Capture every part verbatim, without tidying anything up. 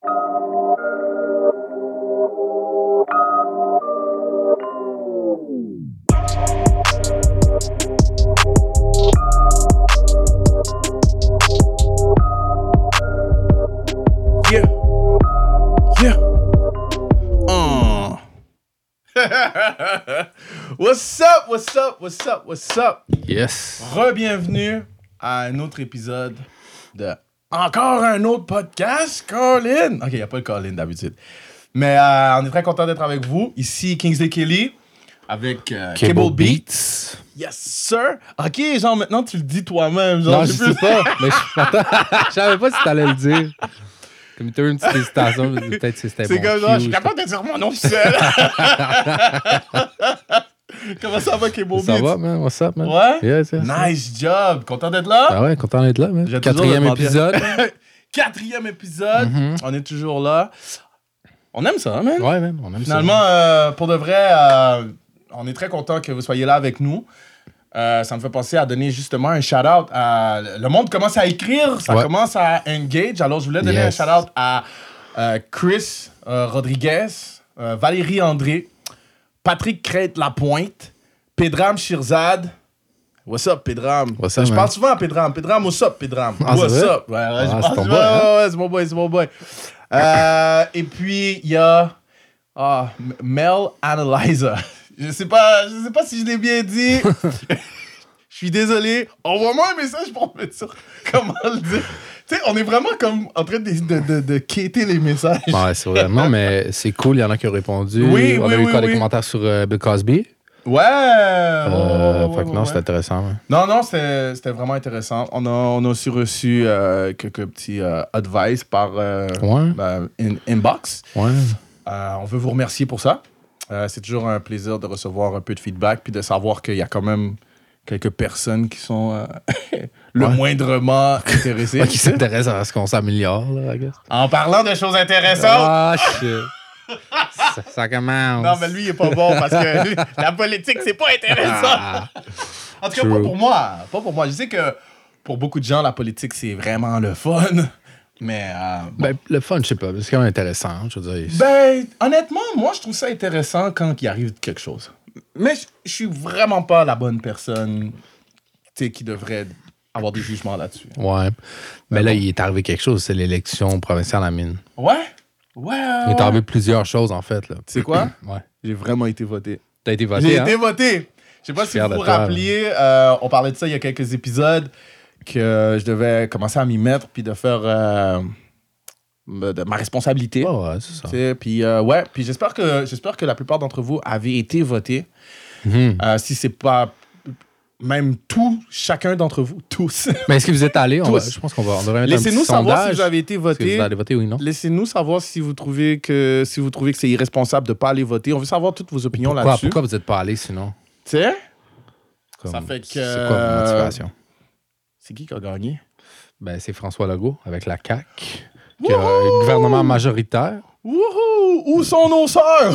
Yeah. Yeah. Uh. What's up, what's up, what's up, what's up? Yes. Re-bienvenue à un autre épisode de encore un autre podcast, Colin. Ok, il n'y a pas le Colin d'habitude. Mais euh, on est très content d'être avec vous. Ici, Kingsley Kelly avec euh, Cable, Cable Beats. Beats. Yes, sir. Ok, genre maintenant tu le dis toi-même. Genre, Non, je sais pas. Mais je je savais pas si t'allais le dire. Comme tu as eu une petite hésitation, peut-être que c'était bon. C'est comme ça, je suis capable de dire mon nom tout seul. Comment ça va, Cable Beats? Ça va, man? What's up, man? Ouais? Yes, yes, Nice job. Content d'être là? Ah ouais, content d'être là, man. J'ai Quatrième toujours épisode. Quatrième épisode. Mhm. On est toujours là. On aime ça, man. Ouais, man, on aime Finalement, ça. euh, pour de vrai, euh, on est très content que vous soyez là avec nous. Euh, ça me fait penser à donner justement un shout-out à... Le monde commence à écrire, ça Ouais. commence à engage. Alors, je voulais donner Yes. un shout-out à euh, Chris euh, Rodriguez, euh, Valérie André, Patrick Crête-Lapointe, Pedram Shirzad. What's up, Pedram? What's up, Je man? parle souvent à Pedram. Pedram, what's up, Pedram? Ah, c'est what's vrai? up? Ouais, ouais, Ah, je c'est pense- ton ouais, boy, hein? ouais, ouais, c'est mon boy, c'est mon boy. Euh, et puis, il y a ah, M- Mel Analyzer. Je sais pas, je sais pas si je l'ai bien dit. Je suis désolé. Envoie-moi un message pour me dire comment le dire. Tu sais, on est vraiment comme en train de, de, de, de quêter les messages. Ouais, c'est vraiment, mais c'est cool, il y en a qui ont répondu. Oui, on oui, a eu oui, quoi, oui. des commentaires sur euh, Bill Cosby. Ouais! Euh, ouais, fait que ouais, non, ouais. c'est intéressant. Ouais. Non, non, c'était c'était vraiment intéressant. On a, on a aussi reçu euh, quelques petits euh, advice par euh, Ouais. ben, in- inbox. Ouais. Euh, on veut vous remercier pour ça. Euh, c'est toujours un plaisir de recevoir un peu de feedback puis de savoir qu'il y a quand même quelques personnes qui sont euh, le Ouais. moindrement intéressées. Ouais, qui s'intéresse à ce qu'on s'améliore, là, I guess. En parlant de choses intéressantes. Ah, shit. ça, ça commence. Non, mais lui, il est pas bon parce que lui, la politique, c'est pas intéressant. Ah. En tout cas, True. pas pour moi. Pas pour moi. Je sais que pour beaucoup de gens, la politique, c'est vraiment le fun. Mais, euh, bon. Ben, le fun, je sais pas, c'est quand même intéressant, je veux dire. Ben, honnêtement, moi, je trouve ça intéressant quand il arrive quelque chose. Mais je- je suis vraiment pas la bonne personne, tu sais, qui devrait avoir des jugements là-dessus. Ouais. Mais Ben là, bon. il est arrivé quelque chose, c'est l'élection provinciale à Mine. Ouais? Ouais. Il est arrivé plusieurs choses, en fait, là. Tu sais quoi? Ouais. J'ai vraiment été voté. T'as été voté, J'ai hein? été voté. Je sais pas Je si suis fier vous de vous toi, rappeliez, euh, on parlait de ça il y a quelques épisodes, que je devais commencer à m'y mettre puis de faire euh, de ma responsabilité. Oh, ouais, c'est ça. Tu sais, puis euh, ouais, puis j'espère que j'espère que la plupart d'entre vous avez été votés. Mhm. Euh, si c'est pas même tout, chacun d'entre vous, tous. Mais est-ce que vous êtes allé? On va- Tous. je pense qu'on va, on devrait mettre un Laissez-nous petit savoir sondage. si vous avez été Est-ce que voté. vous allez voter, oui ou non? Laissez-nous savoir si vous trouvez que si vous trouvez que c'est irresponsable de pas aller voter. On veut savoir toutes vos opinions Pourquoi, là-dessus. pourquoi vous n'êtes pas allé, sinon? Tu sais, Comme- Ça fait que- C'est quoi votre motivation? c'est qui qui a gagné? Ben, c'est François Legault avec la C A Q, qui a un gouvernement majoritaire. Wouhou! Où sont nos sœurs?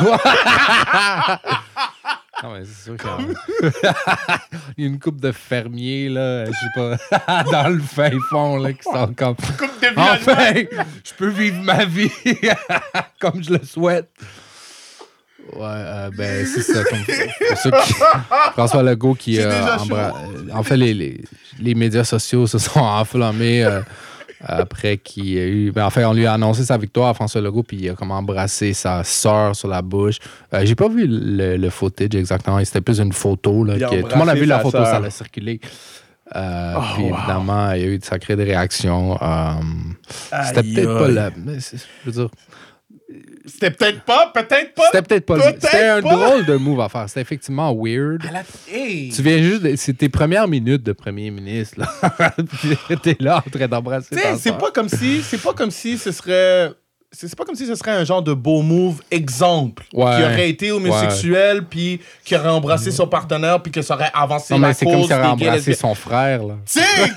Non, mais c'est sûr qu'il y a... il y a une couple de fermiers, là, je sais pas, dans le fin fond, là, qui sont comme... Coupe de Enfin, je peux vivre ma vie comme je le souhaite. Ouais, euh, ben, c'est ça. Comme, pour ceux qui... François Legault qui C'est a... déjà embra- euh, En fait, les, les, les médias sociaux se sont enflammés euh, après qu'il y a eu... Ben, en fait, on lui a annoncé sa victoire à François Legault, puis il a comme embrassé sa sœur sur la bouche. Euh, j'ai pas vu le, le footage exactement. C'était plus une photo. Là, Il a que- tout le monde a vu la embrassé sa photo, ça sœur. a circulé. Euh, Oh, puis wow. évidemment, il y a eu de sacrées de réactions. Euh, c'était Aïe, peut-être pas aïe. la... mais c'est- Je veux dire... C'était peut-être pas, peut-être pas. C'était peut-être pas... le- Peut-être C'était un pas. drôle de move à faire. C'était effectivement weird. À la- Hey. Tu viens juste... de- C'est tes premières minutes de premier ministre, là. Puis t'es là en train d'embrasser Tu sais, ta c'est sœur. pas comme si, c'est pas comme si ce serait, c'est c'est pas comme si ce serait un genre de beau move exemple Ouais. qui aurait été homosexuel puis qui aurait embrassé son partenaire puis que ça aurait avancé Non, la mais c'est cause comme s'il aurait des gays, embrassé lesbiennes. son frère, là. Tu sais,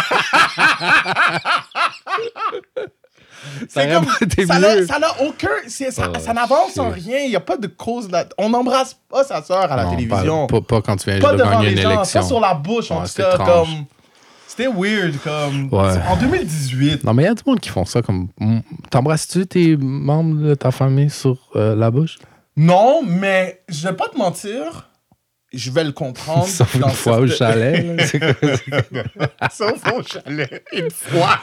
Ça c'est aurait comme, été ça n'a- mieux. ça n'a aucun, c'est- ça, Oh, ça n'avance en shit. rien. Il y a pas de cause là. On n'embrasse pas sa sœur à la Non, télévision. Pas, pas, pas quand tu viens Pas juste de devant gagner les une gens, élection. pas sur la bouche en Ouais, tout c'est cas. étrange. Comme C'était weird, comme... Ouais. En deux mille dix-huit. Non, mais il y a du monde qui font ça. Comme, t'embrasses-tu tes membres de ta famille sur euh, la bouche? Non, mais je vais pas te mentir, je vais le comprendre. Sauf une fois au chalet. Là, c'est quoi, c'est quoi? Sauf au chalet, une fois.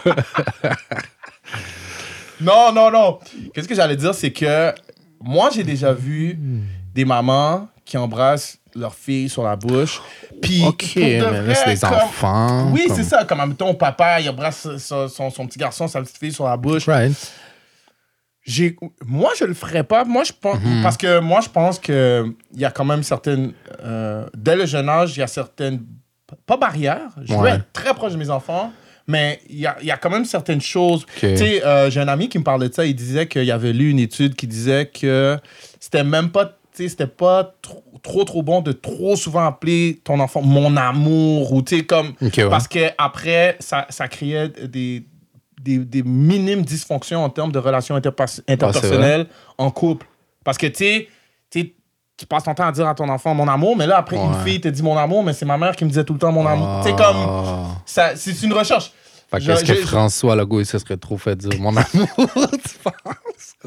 Non, non, non. Qu'est-ce que j'allais dire, c'est que moi, j'ai déjà vu des mamans qui embrassent leur fille sur la bouche. Puis, OK, mais là, c'est des comme... enfants. Oui, comme... c'est ça. Comme, mettons, papa, il embrasse son, son, son petit garçon, sa petite fille sur la bouche. Right. J'ai... Moi, je le ferais pas. Moi, je pense... Mm-hmm. Parce que moi, je pense qu'il y a quand même certaines... Euh, dès le jeune âge, il y a certaines... Pas barrières. Je veux Ouais. être très proche de mes enfants. Mais il y a, y a quand même certaines choses. Okay. Tu sais, euh, j'ai un ami qui me parlait de ça. Il disait qu'il avait lu une étude qui disait que c'était même pas, tu sais, c'était pas trop, trop, trop bon de trop souvent appeler ton enfant mon amour ou, tu sais, comme. Okay, ouais. Parce qu'après, ça, ça créait des, des, des minimes dysfonctions en termes de relations interpa- interpersonnelles en couple. Parce que, tu sais, tu sais, tu passes ton temps à dire à ton enfant mon amour, mais là, après, Ouais. une fille te dit mon amour, mais c'est ma mère qui me disait tout le temps mon amour. Oh. Tu sais, comme. Ça, c'est une recherche. Fait que Je- est-ce que je- François Legault, il se serait trop fait dire mon amour, tu penses?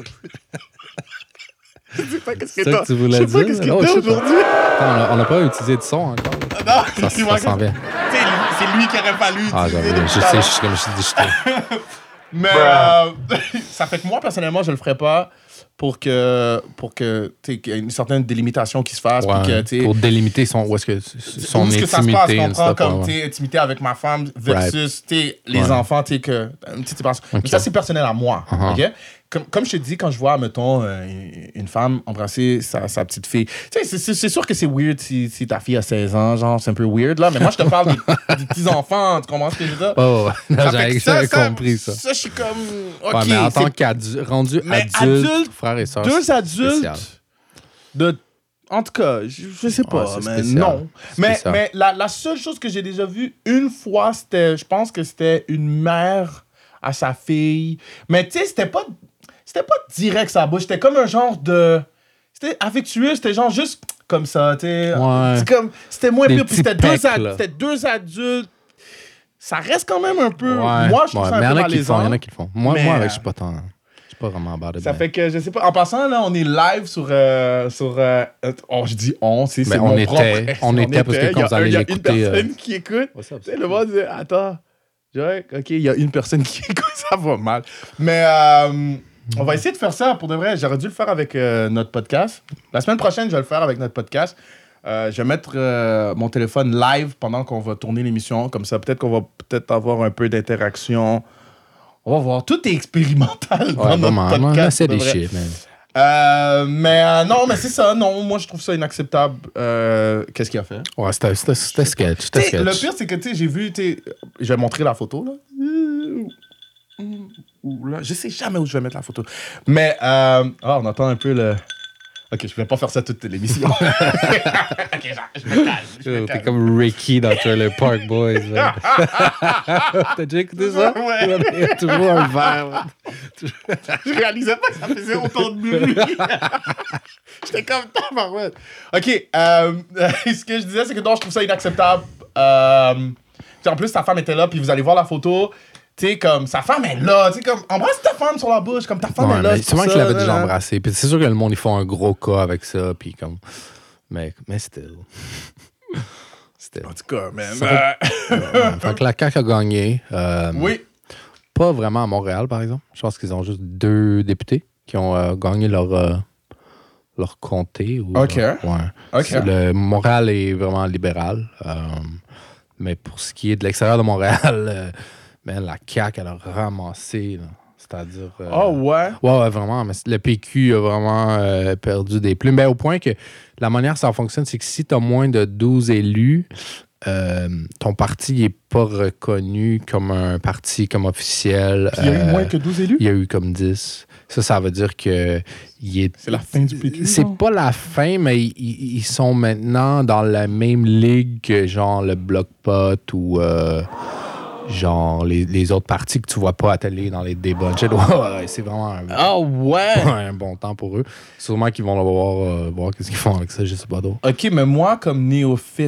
Je sais pas qu'est-ce C'est que ça t'as. que tu voulais Je sais pas dire? qu'est-ce que Non, t'as je sais pas. aujourd'hui. Attends, on a- on n'a pas utilisé de son encore. Ah non, Ça, il ça manque- s'en vient. Tu sais, c'est lui qui aurait fallu Ah, utiliser j'avoue, depuis je tout à sais, l'heure. je suis comme je te dis, je te- Mais euh, ça fait que moi, personnellement, je le ferais pas pour que, pour que, tu sais, qu'il y ait une certaine délimitation qui se fasse. Ouais, puis que, tu sais, pour délimiter son, où est-ce que, son où est-ce que ça se intimité. passe, and comprends, stuff, comme, ouais, tu ouais. sais, intimité avec ma femme versus, tu sais, les Ouais. enfants, tu sais, que, tu sais, tu penses- Ok. Mais ça, c'est personnel à moi, Uh-huh. OK? Comme, comme je te dis, quand je vois, mettons, euh, une femme embrasser sa, sa petite fille, tu sais, c'est- c'est c'est sûr que c'est weird si, si ta fille a seize ans, genre, c'est un peu weird, là, mais moi, je te parle des, des petits-enfants, tu comprends ce que je veux dire? Oh, ouais. Non, Ça fait j'avais que ça, j'avais ça- compris ça. Ça, je suis comme, OK, Ouais, mais en c'est tant qu'adulte, rendu Mais adulte, adulte, frères et sœurs, deux c'est adultes spécial. de... En tout cas, je, je sais pas, Oh, c'est mais spécial. non. Mais, Spécial. mais la, la seule chose que j'ai déjà vue une fois, c'était, je pense que c'était une mère à sa fille. Mais tu sais, c'était pas, c'était pas direct sa bouche. C'était comme un genre de... C'était affectueux, c'était genre juste comme ça, tu sais. Ouais. C'est comme... C'était moins Des pire. Puis petits c'était deux, pecs, ad- là. c'était deux adultes. Ça reste quand même un peu... Ouais, Moi, je trouve ouais, ça un mais peu il y en a qui le font, malaisant. il y en a qui le font. Moi, Mais, moi avec, euh, je suis pas tant. Je suis pas vraiment bad Ça fait que, je sais pas, en passant, là, on est live sur... euh, sur euh, oh, je dis on, c'est c'est Ben, mon on était- propre... on était, parce que Il y quand a vous un- allez il y a une l'écouter, euh, personne qui écoute. What's up, Tu sais, le monde dit, attends, Jack, OK, il y a une personne qui écoute, ça va mal. Mais euh, on va essayer de faire ça, pour de vrai. J'aurais dû le faire avec euh, notre podcast. La semaine prochaine, je vais le faire avec notre podcast. Euh, je vais mettre euh, mon téléphone live pendant qu'on va tourner l'émission. Comme ça, peut-être qu'on va peut-être avoir un peu d'interaction. On va voir. Tout est expérimental dans Ouais, notre vraiment. podcast. Là, c'est pour de des vrai. shit, man. Euh, mais euh, non, mais c'est ça. Non, moi, je trouve ça inacceptable. Euh, Qu'est-ce qu'il a fait? Ouais, c'était c'était- c'était sketch. C'était T'sais, le sketch. pire, c'est que, tu sais, j'ai vu, tu sais, je vais montrer la photo, là. Ouh, là. Je sais jamais où je vais mettre la photo. Mais, euh, ah, on entend un peu le... Ok, je vais pas faire ça toute l'émission. ok, genre, je me calme. Je me T'es calme. comme Ricky dans Trailer Park Boys. man. T'as déjà écouté ça? Ouais. Il y a toujours un verre. man. Je réalisais pas que ça faisait autant de bruit. J'étais comme tabarouette. OK. Euh, ce que je disais, c'est que non, je trouve ça inacceptable. Euh, puis en plus, ta femme était là, puis vous allez voir la photo. Tu sais, comme, sa femme est là. Tu sais, comme, embrasse ta femme sur la bouche, comme ta femme Ouais, est là. mais c'est sûrement pour qu'il ça, l'avait là, déjà là. embrassé. Puis c'est sûr que le monde, ils font un gros cas avec ça. Puis comme. Mais, mais still. Still. En tout cas, man. Ça euh, Ouais, fait que la C A Q a gagné. Euh, oui. Pas vraiment à Montréal, par exemple. Je pense qu'ils ont juste deux députés qui ont euh, gagné leur, euh, leur comté. Ou, OK. euh, ouais. OK. C'est Le, Montréal est vraiment libéral. euh, mais pour ce qui est de l'extérieur de Montréal, euh, ben, la C A Q, elle a ramassé. là. C'est-à-dire. euh, Oh, ouais. Ouais, ouais, vraiment. Mais le P Q a vraiment euh, perdu des plumes. Ben, au point que la manière que ça fonctionne, c'est que si tu as moins de douze élus, euh, ton parti n'est pas reconnu comme un parti comme officiel. Puis il y a eu Euh, moins que douze élus. Il y a eu comme dix. Ça, ça veut dire que. il est... C'est la fin du P Q. C'est non? pas la fin, mais ils, ils- ils sont maintenant dans la même ligue que genre le Bloc Pot ou. euh, genre les, les autres partis que tu vois pas à télé dans les débats. Ouais, ouais, c'est vraiment un, Ah, ouais. un bon temps pour eux. Sûrement qu'ils vont le voir, euh, voir qu'est-ce qu'ils font avec ça, je sais pas d'autre. OK, mais moi, comme néophyte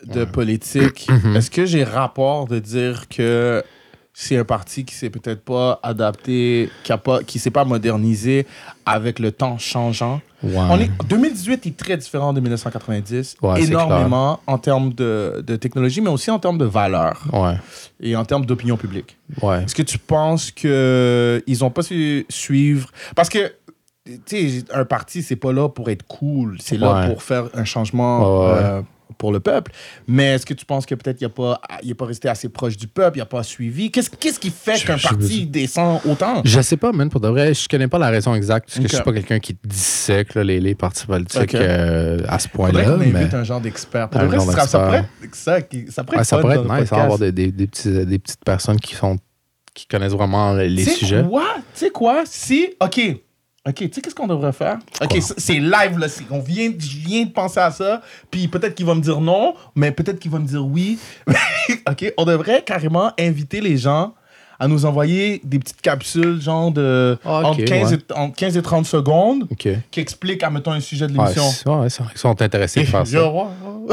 de politique, est-ce que j'ai rapport de dire que c'est un parti qui s'est peut-être pas adapté, qui a pas, qui s'est pas modernisé avec le temps changeant? Ouais. On est, deux mille dix-huit est très différent de dix-neuf cent quatre-vingt-dix, Ouais, c'est énormément en termes de, de technologie, mais aussi en termes de valeurs Ouais. et en termes d'opinion publique. Ouais. Est-ce que tu penses qu'ils n'ont pas su suivre? Parce que, tu sais, un parti, c'est pas là pour être cool, c'est là Ouais. pour faire un changement Ouais, ouais. euh, pour le peuple. Mais est-ce que tu penses que peut-être qu'il n'a pas, il est pas resté assez proche du peuple, il n'a pas suivi? Qu'est-ce, qu'est-ce qui fait Je- qu'un je- parti descend autant? Je sais pas, man, pour de vrai, je connais pas la raison exacte, parce que Ok. je suis pas quelqu'un qui dissèque là, les, les partis politiques Ok. euh, à ce Faudrait point-là. qu'on invite Mais... un genre d'expert. Pour Un de vrai, genre ça, ça pourrait d'expert. être, ça, qui- ça pourrait Ouais, être ça fun pourrait dans être le nice, hein, podcast. avoir des, des, des, petits, des petites personnes qui sont qui connaissent vraiment les Tu sais sujets. quoi? Tu sais quoi? Si, OK, OK, tu sais qu'est-ce qu'on devrait faire? OK, Quoi? c'est c'est live, là. c'est- On vient, je viens de penser à ça, puis peut-être qu'il va me dire non, mais peut-être qu'il va me dire oui. OK, on devrait carrément inviter les gens à nous envoyer des petites capsules, genre de Ah, ok, entre, quinze ouais. et, entre quinze et trente secondes, OK. qui expliquent, admettons, un sujet de Ouais, l'émission. c'est- ouais, c'est vrai qu'ils sont intéressés de faire ça. Je- non, non,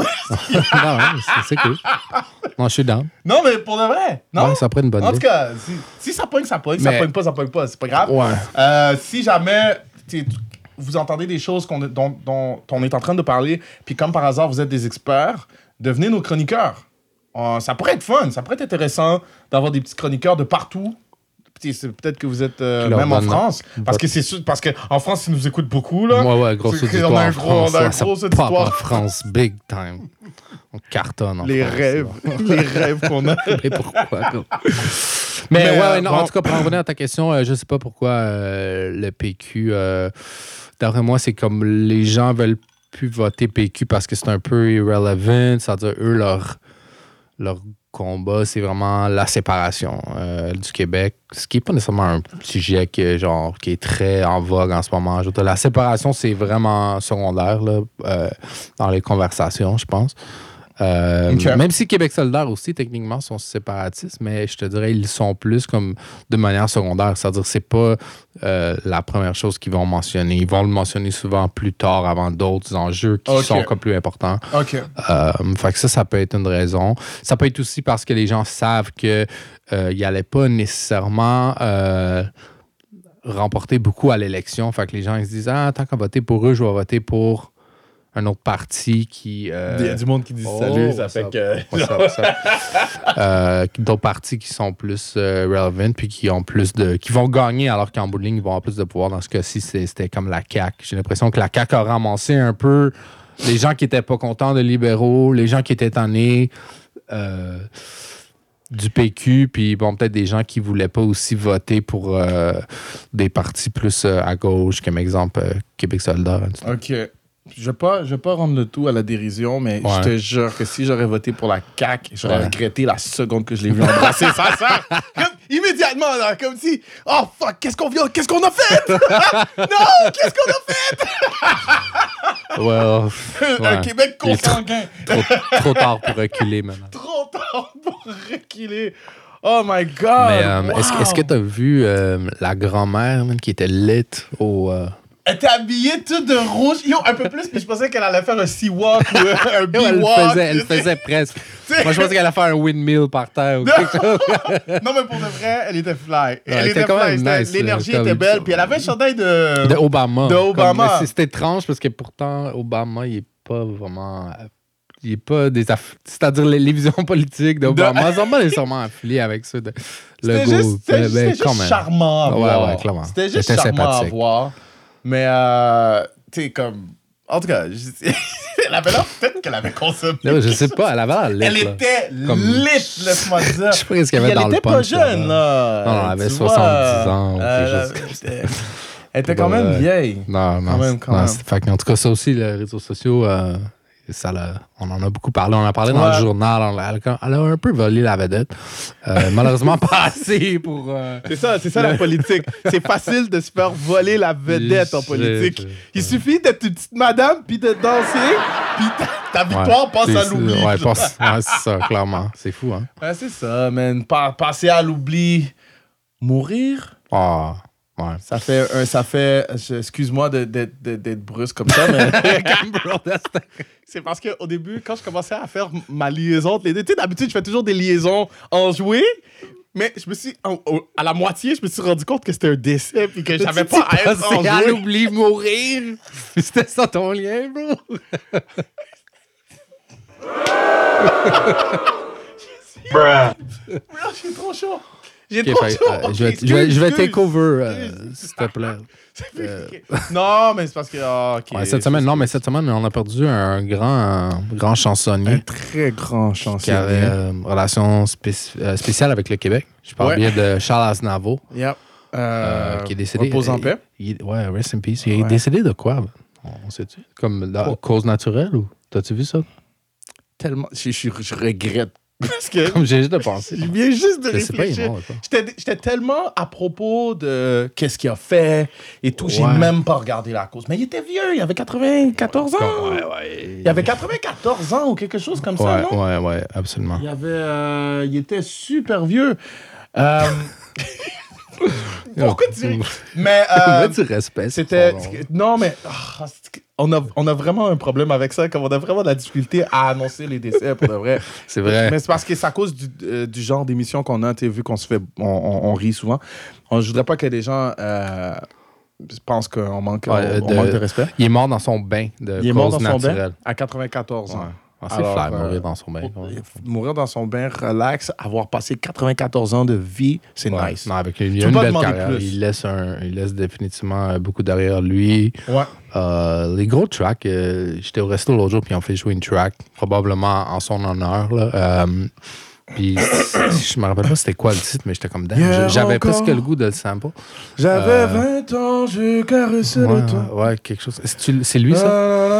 c'est- c'est cool. Non, je suis down. Non, mais pour de vrai, non? Ouais, ça pourrait être une bonne En tout idée. cas, si, si ça pogne, ça pogne. Ça Mais- pogne pas, ça pogne pas. C'est pas grave. Ouais. Euh, si jamais t'sais, tu- vous entendez des choses qu'on, dont, dont on est en train de parler, puis comme par hasard, vous êtes des experts, devenez nos chroniqueurs. Euh, ça pourrait être fun, ça pourrait être intéressant d'avoir des petits chroniqueurs de partout. T'sais, c'est peut-être que vous êtes euh, Qui leur même en donnent France. Parce que c'est sûr, parce qu'en France, ils nous écoutent beaucoup. Là. Ouais, ouais, gros C'est auditoire qu'on a un en gros- France. on a un là, ça gros pop auditoire. en France, big time. On cartonne en Les France, rêves, les rêves qu'on a. là. Mais pourquoi, gros? Mais, Mais, ouais, euh, ouais, non, bon. en tout cas, pour en revenir à ta question, euh, je sais pas pourquoi euh, le P Q, euh, d'après moi, c'est comme les gens veulent plus voter P Q parce que c'est un peu irrelevant, c'est-à-dire eux, leur, leur combat, c'est vraiment la séparation euh, du Québec, ce qui n'est pas nécessairement un sujet qui, genre, qui est très en vogue en ce moment. Je veux dire, la séparation, c'est vraiment secondaire là, euh, dans les conversations, je pense. Euh, Ok. Même si Québec solidaire aussi, techniquement, sont séparatistes, mais je te dirais, ils sont plus comme de manière secondaire. C'est-à-dire, c'est pas euh, la première chose qu'ils vont mentionner. Ils vont le mentionner souvent plus tard, avant d'autres enjeux qui Ok. sont comme plus importants. OK. Euh, fait que ça, ça peut être une raison. Ça peut être aussi parce que les gens savent que euh, ils n'allaient pas nécessairement euh, remporter beaucoup à l'élection. Fait que les gens ils se disent ah, tant qu'à voter pour eux, je vais voter pour un autre parti qui. euh, Il y a du monde qui dit oh, salut, ça what's fait up? que. What's up, what's up? Euh, d'autres partis qui sont plus euh, relevant puis qui ont plus de. Qui vont gagner alors qu'en bout de ligne, ils vont avoir plus de pouvoir. Dans ce cas-ci, c'est- c'était comme la C A Q. J'ai l'impression que la C A Q a ramassé un peu les gens qui étaient pas contents de libéraux, les gens qui étaient tannés euh, du P Q, puis bon, peut-être des gens qui voulaient pas aussi voter pour euh, des partis plus euh, à gauche, comme exemple euh, Québec solidaire. OK. Je vais pas, je vais pas rendre le tout à la dérision, mais Ouais. je te jure que si j'aurais voté pour la C A Q, j'aurais Ouais. regretté la seconde que je l'ai vu embrasser sa sœur. Comme, immédiatement, là, comme si, oh fuck, qu'est-ce qu'on vient, qu'est-ce qu'on a fait? Non, qu'est-ce qu'on a fait? Well, Un ouais. Québec Il est trop- consanguin. trop, trop tard pour reculer maintenant. Trop tard pour reculer. Oh my God. Mais euh, est-ce, wow. est-ce que tu as vu euh, la grand-mère man, qui était lit au. euh, Elle était habillée toute de rouge. Yo, un peu plus, puis je pensais qu'elle allait faire un sea-walk ou un elle, le bee-walk. faisait, elle le faisait presque. T'sais- Moi, je pensais qu'elle allait faire un windmill par terre ou quelque chose. Non, mais pour de vrai, elle était fly. Elle elle était, était quand fly. même C'était- nice, L'énergie là, était comme- belle. Puis elle avait un chandail de... De Obama. De Obama. Comme- c'était étrange parce que pourtant, Obama, il est pas vraiment. Il est pas des aff- C'est-à-dire les, les visions politiques d'Obama. Ils sont pas nécessairement affiliés avec ceux de C'était Legault. juste, c'était Ben, juste- ben, c'était quand juste même. charmant à Ouais, voir. ouais, clairement. C'était juste C'était charmant à sympathique. voir. Mais, euh, tu sais, comme... En tout cas, je- elle avait l'air peut-être qu'elle avait consommé. Là, je sais pas, elle avait l'air lit, Elle là. était Comme- lit, laisse-moi dire. Je sais pas ce qu'il y avait Puis dans elle le était pas punch, là. jeune, là. Non, non, elle avait Tu soixante-dix vois. ans ou quelque Euh, chose comme ça. elle était- Elle était quand même Ouais. vieille. Non, non. Quand même, c'est- quand non, même. c'est- fait que, en tout cas, ça aussi, les réseaux sociaux, euh, ça l'a- on en a beaucoup parlé. On en a parlé dans Ouais. le journal. On a- elle, a- elle a un peu volé la vedette. Euh, malheureusement, pas assez pour. euh, C'est ça, c'est ça la politique. C'est facile de se faire voler la vedette en Je- politique. je- Il suffit d'être une petite madame, puis de danser, puis ta, ta victoire ouais, passe c'est- à c'est- l'oubli. Ouais, passe- ouais, c'est ça, clairement. C'est fou, hein. Ouais, c'est ça, man. Pa- passer à l'oubli. Mourir? Ah, Ouais. Ça fait, un, ça fait je- excuse-moi de- de- de- d'être brusque comme ça, mais c'est parce qu'au début, quand je commençais à faire ma liaison entre les deux, tu sais, d'habitude, je fais toujours des liaisons enjouées, mais je me suis, en- au- à la moitié, je me suis rendu compte que c'était un décès puis que j'avais pas à être C'est à enjoué. l'oubli mourir. C'était ça ton lien, bro. Non, j'ai trop chaud. J'ai Ok, trop fait, chaud. euh, Ok, je vais, je vais, je vais excuse, take over, euh, excuse. s'il te plaît. Ok. Non, mais c'est parce que. ah, ok, Ouais, cette semaine, non, mais cette semaine, on a perdu un grand, un grand Un chansonnier très grand qui chancelier. avait euh, une relation spéc- euh, spéciale avec le Québec. Je parle Ouais. bien de Charles Aznavour, Yep. euh, Euh, qui est décédé. repose en paix. Il- il- ouais, rest in peace. Il est Ouais. décédé de quoi? On, on sait-tu? Comme la Oh. cause naturelle ou t'as-tu vu ça? Tellement. Je, je, je regrette. Parce que. Comme j'ai juste de penser. Je viens juste de Je sais pas, il est réfléchir. mort, quoi. J'étais j'étais tellement à propos de qu'est-ce qu'il a fait et tout. J'ai Ouais. même pas regardé la cause. Mais il était vieux, il avait quatre-vingt-quatorze ans. Ouais, ouais. Il avait quatre-vingt-quatorze ans ou quelque chose comme ça, Ouais, non? ouais, ouais, absolument. Il avait, euh, il était super vieux. Euh, Pourquoi tu... Mais euh, Mets du respect. sur c'était... son nom. Non, mais... ah, c'est- on, a, on a vraiment un problème avec ça, comme on a vraiment de la difficulté à annoncer les décès, pour de vrai. C'est vrai. Mais c'est parce que c'est à cause du, euh, du genre d'émission qu'on a, tu sais, vu qu'on se fait... On, on- on rit souvent. On, je voudrais pas que les gens euh, pensent qu'on manque, Ouais, on, on de- manque de respect. Il est mort dans son bain de Il est mort cause dans son bain naturelle. à quatre-vingt-quatorze ans. Ouais. Ah, c'est Alors, flair, euh, mourir dans son bain. Pour- Mourir dans son bain, relax, avoir passé quatre-vingt-quatorze ans de vie, c'est Ouais. nice. Non, avec une, Tu il a peux une pas belle demander carrière. plus. Il laisse, un, il laisse définitivement euh, beaucoup derrière lui. Ouais. Euh, les gros tracks, euh, j'étais au resto l'autre jour, puis on fait jouer une track, probablement en son honneur. Là. Euh, puis je me rappelle pas c'était quoi le titre, mais j'étais comme damn, Hier j'avais encore. presque le goût de le sample. J'avais Euh, vingt ans, je caressais Ouais, le temps. ouais, quelque chose. C'est, tu- c'est lui, ça?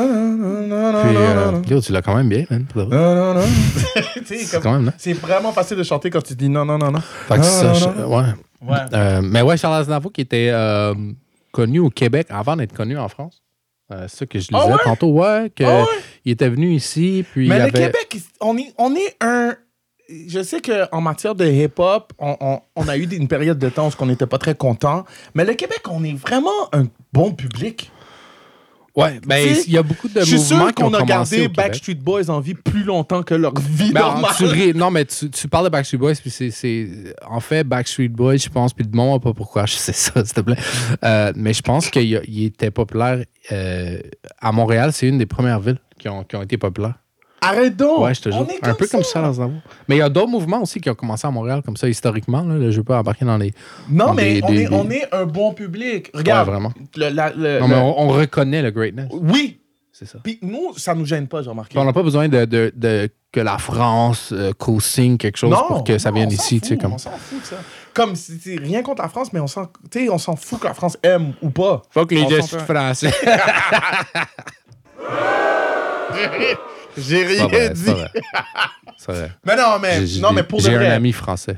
Puis, euh, yo, tu l'as quand même bien, man. pour de vrai. Non, non, non. Tu sais, C'est comme- quand même, là. C'est vraiment facile de chanter quand tu dis non, non, non, non. Fait que Non, ça, non, je- non. ouais. Ouais. Euh, mais ouais, Charles Aznavour qui était euh, connu au Québec avant d'être connu en France. Euh, c'est ça que je disais Ah ouais? tantôt, ouais, qu'il Ah ouais? était venu ici, puis Mais il le avait... Québec, on est, on est un. Je sais qu'en matière de hip-hop, on, on- on a eu une période de temps où on n'était pas très content. Mais le Québec, on est vraiment un bon public. Ouais, ben, Tu sais, il y a beaucoup de Je suis mouvements sûr qui ont qu'on a commencé gardé au Québec. Backstreet Boys en vie plus longtemps que leur vie Ben, normale. tu ris- non, mais tu, tu parles de Backstreet Boys, puis c'est, c'est... En fait, Backstreet Boys, je pense, puis de moi, pas pourquoi je sais ça, s'il te plaît. Euh, mais je pense qu'il a- il était populaire euh, à Montréal. C'est une des premières villes qui ont, qui ont été populaires. Arrête donc! Ouais, je te jure. On est Un peu comme ça. Charles Aznavour. Mais il y a d'autres mouvements aussi qui ont commencé à Montréal, comme ça, historiquement. Là, je ne veux pas embarquer dans les... Non, Dans mais des- on, des- est, des- on est un bon public. Regarde. Ouais, vraiment. le- la- le- Non, le- mais on, on reconnaît le greatness. Oui. C'est ça. Puis nous, ça nous gêne pas, j'ai remarqué. Puis on n'a pas besoin de, de, de- que la France euh, co-signe quelque chose pour que ça non, vienne on s'en ici. Tu sais, fout, comme... On s'en fout de ça. Comme, si- si- rien contre la France, mais on s'en, tu sais, on s'en fout que la France aime ou pas. Fuck les On gestes s'en fait- français. J'ai C'est pas rien vrai, dit. c'est pas vrai. C'est vrai. Mais non, mais, J'ai- j'ai non, des- mais pour de J'ai vrai. un ami français.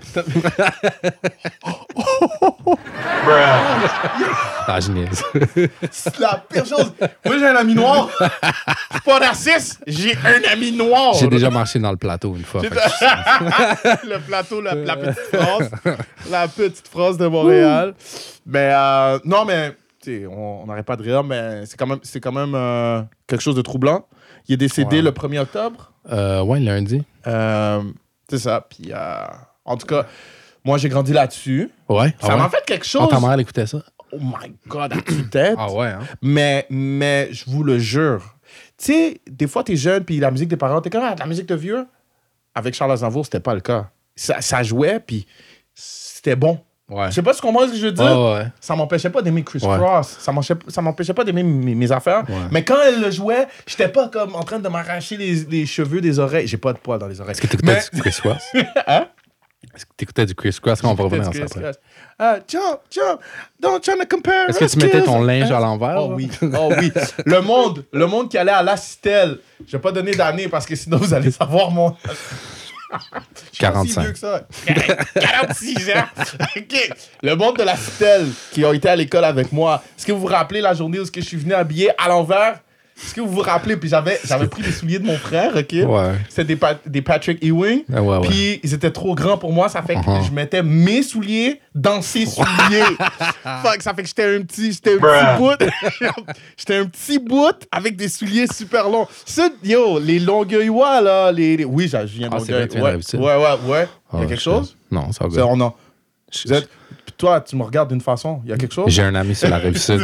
Ah, je niaise. C'est la pire chose. Moi, j'ai un ami noir. Je suis pas raciste. J'ai un ami noir. J'ai déjà marché dans le plateau une fois. fait que je- Le plateau, la, la petite France. La petite France de Montréal. Mais euh, non, mais tu sais, on n'arrête pas de rire, mais c'est quand même, c'est quand même euh, quelque chose de troublant. Il est décédé Ouais. le premier octobre. Euh, ouais, lundi. Euh, c'est ça. Puis, euh, en tout cas, moi, j'ai grandi là-dessus. Ouais. Ça ah ouais? m'a fait quelque chose. Ah, ta mère, elle écoutait ça? Oh my God, à tue-tête. Ah ouais, hein? Mais, mais je vous le jure. Tu sais, des fois, t'es jeune, puis la musique des parents, t'es comme, ah, de la musique de vieux. Avec Charles Aznavour, c'était pas le cas. Ça, ça jouait, puis c'était bon. Ouais. Je sais pas ce qu'on ce que je veux dire. Ah ouais. Ça m'empêchait pas d'aimer Chris Ouais. Cross. Ça m'empêchait, ça m'empêchait pas d'aimer mes, mes affaires. Ouais. Mais quand elle le jouait, j'étais pas comme en train de m'arracher les, les cheveux des oreilles. J'ai pas de poils dans les oreilles. Est-ce que t'écoutais Mais- du Chris Cross? Hein? Est-ce que t'écoutais du Chris Cross? On va revenir à ça Chris après. Cross. Ah, jump, jump, don't try to compare. Est-ce que us tu mettais kids. ton linge à Hein? l'envers? Oh là? oui, oh oui. Le monde, le monde qui allait à l'Astel. Je vais pas donner d'année parce que sinon vous allez savoir mon. Je suis pas si quarante-cinq. vieux que ça. quarante-six ans. OK. Le monde de l'Astel qui ont été à l'école avec moi. Est-ce que vous vous rappelez la journée où est-ce que je suis venu habillé à l'envers? Est-ce que vous vous rappelez? Puis j'avais, j'avais pris les souliers de mon frère, OK? Ouais. C'était des, pa- des Patrick Ewing. Ouais, ouais. Puis ils étaient trop grands pour moi. Ça fait que Uh-huh. je mettais mes souliers dans ses souliers. Fuck, ça fait que j'étais un petit, j'étais un petit bout. J'étais un petit bout avec des souliers super longs. Ça, yo, les Longueuillois, là, les, les... Oui, je viens de Ah, c'est vrai, Longueuil. tu viens Ouais, d'Habitat. ouais, ouais, ouais. Il y a Ah, quelque je- chose? Non, ça C'est- va. on a... Vous êtes... Toi, tu me regardes d'une façon. Il y a quelque chose? J'ai un ami sur la rive sud.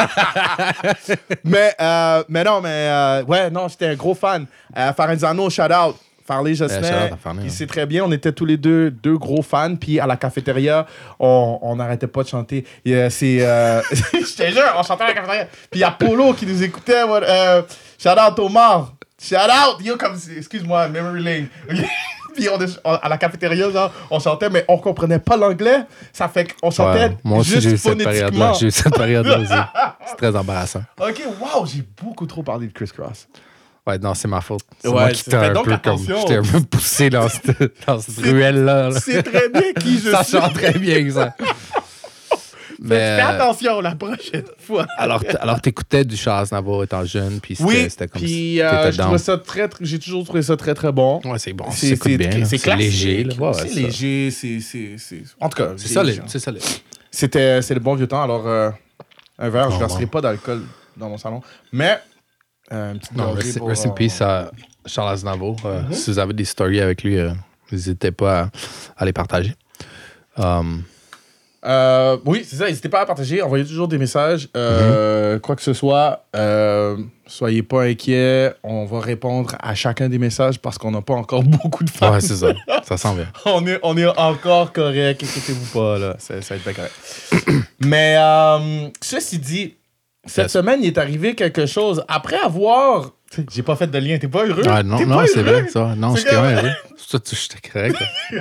mais, euh, mais non, mais... euh, ouais, non, j'étais un gros fan. Euh, Farenzano, shout-out. Farley shout Jocelyn. out à Farley, Puis ouais. c'est très bien. On était tous les deux deux gros fans. Puis à la cafétéria, on on n'arrêtait pas de chanter. Et, euh, c'est... Euh... Je te jure, on chantait à la cafétéria. Puis il y a Polo qui nous écoutait. Moi, euh, shout-out Omar. Shout-out. Yo, comme... Excuse-moi, memory lane. Puis on, est- on- à la cafétéria, genre, on chantait, mais on comprenait pas l'anglais. Ça fait qu'on chantait Ouais. Moi aussi, juste j'ai eu cette période-là. phonétiquement. J'ai eu cette période-là aussi. C'est très embarrassant. OK, wow, j'ai beaucoup trop parlé de Criss Cross. Ouais, non, c'est ma faute. C'est Ouais, moi qui c'est- t'ai fais un donc peu comme... attention. J'étais un peu poussé dans cette, dans cette C'est- ruelle-là. là. C'est très bien qui je Ça suis. chante très bien que ça. Mais, Fais euh, attention la prochaine fois. alors, t- alors t'écoutais du Charles Navour étant jeune, puis c'était, Oui, c'était comme puis si euh, t'étais je down. trouvais ça très, très- j'ai toujours trouvé ça très très bon. Ouais, c'est bon. C'est C'est, c'est, bien, là. c'est C'est classique. léger. Là. Ouais, ouais, c'est ça. léger, c'est c'est c'est en tout cas, C'est j'ai- solide. C'est solide. C'était c'est le bon vieux temps. Alors euh, un verre, je Oh, verserai wow. pas d'alcool dans mon salon, mais euh, une petite Non, gorgée rest, pour, rest in euh, peace à Charles Aznavour. Euh, Mhm. Si vous avez des stories avec lui, euh, n'hésitez pas à, à les partager. Um, Euh, oui, c'est ça. N'hésitez pas à partager. Envoyez toujours des messages. Euh, Quoi que ce soit, euh, soyez pas inquiets. On va répondre à chacun des messages parce qu'on n'a pas encore beaucoup de fans. ouais, c'est ça. Ça s'en vient. on, est, on est encore correct. Inquiétez-vous pas. Là. Ça, ça va être bien correct. Mais euh, ceci dit, cette Yes. semaine, il est arrivé quelque chose. Après avoir... J'ai pas fait de lien. T'es pas heureux? Ah, non, T'es non pas c'est heureux? vrai. Ça. Non, C'est j'étais correct. ouais, heureux. Ça, tu- j'étais correct.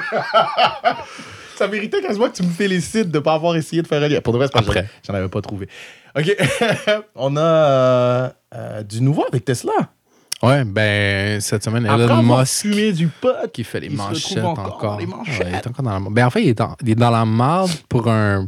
là. Ça méritait quasiment que tu me félicites de ne pas avoir essayé de faire un lien. Pour de vrai, c'est parce que Après. j'en avais pas trouvé. OK. On a euh, euh, du nouveau avec Tesla. Ouais, ben, cette semaine, Après Elon avoir Musk fumé du pot. qui fait les il se retrouve manchettes encore encore. dans les manchettes. Ouais, il est encore dans la marde. Ben, en fait, il est, en- il est dans la marde pour un,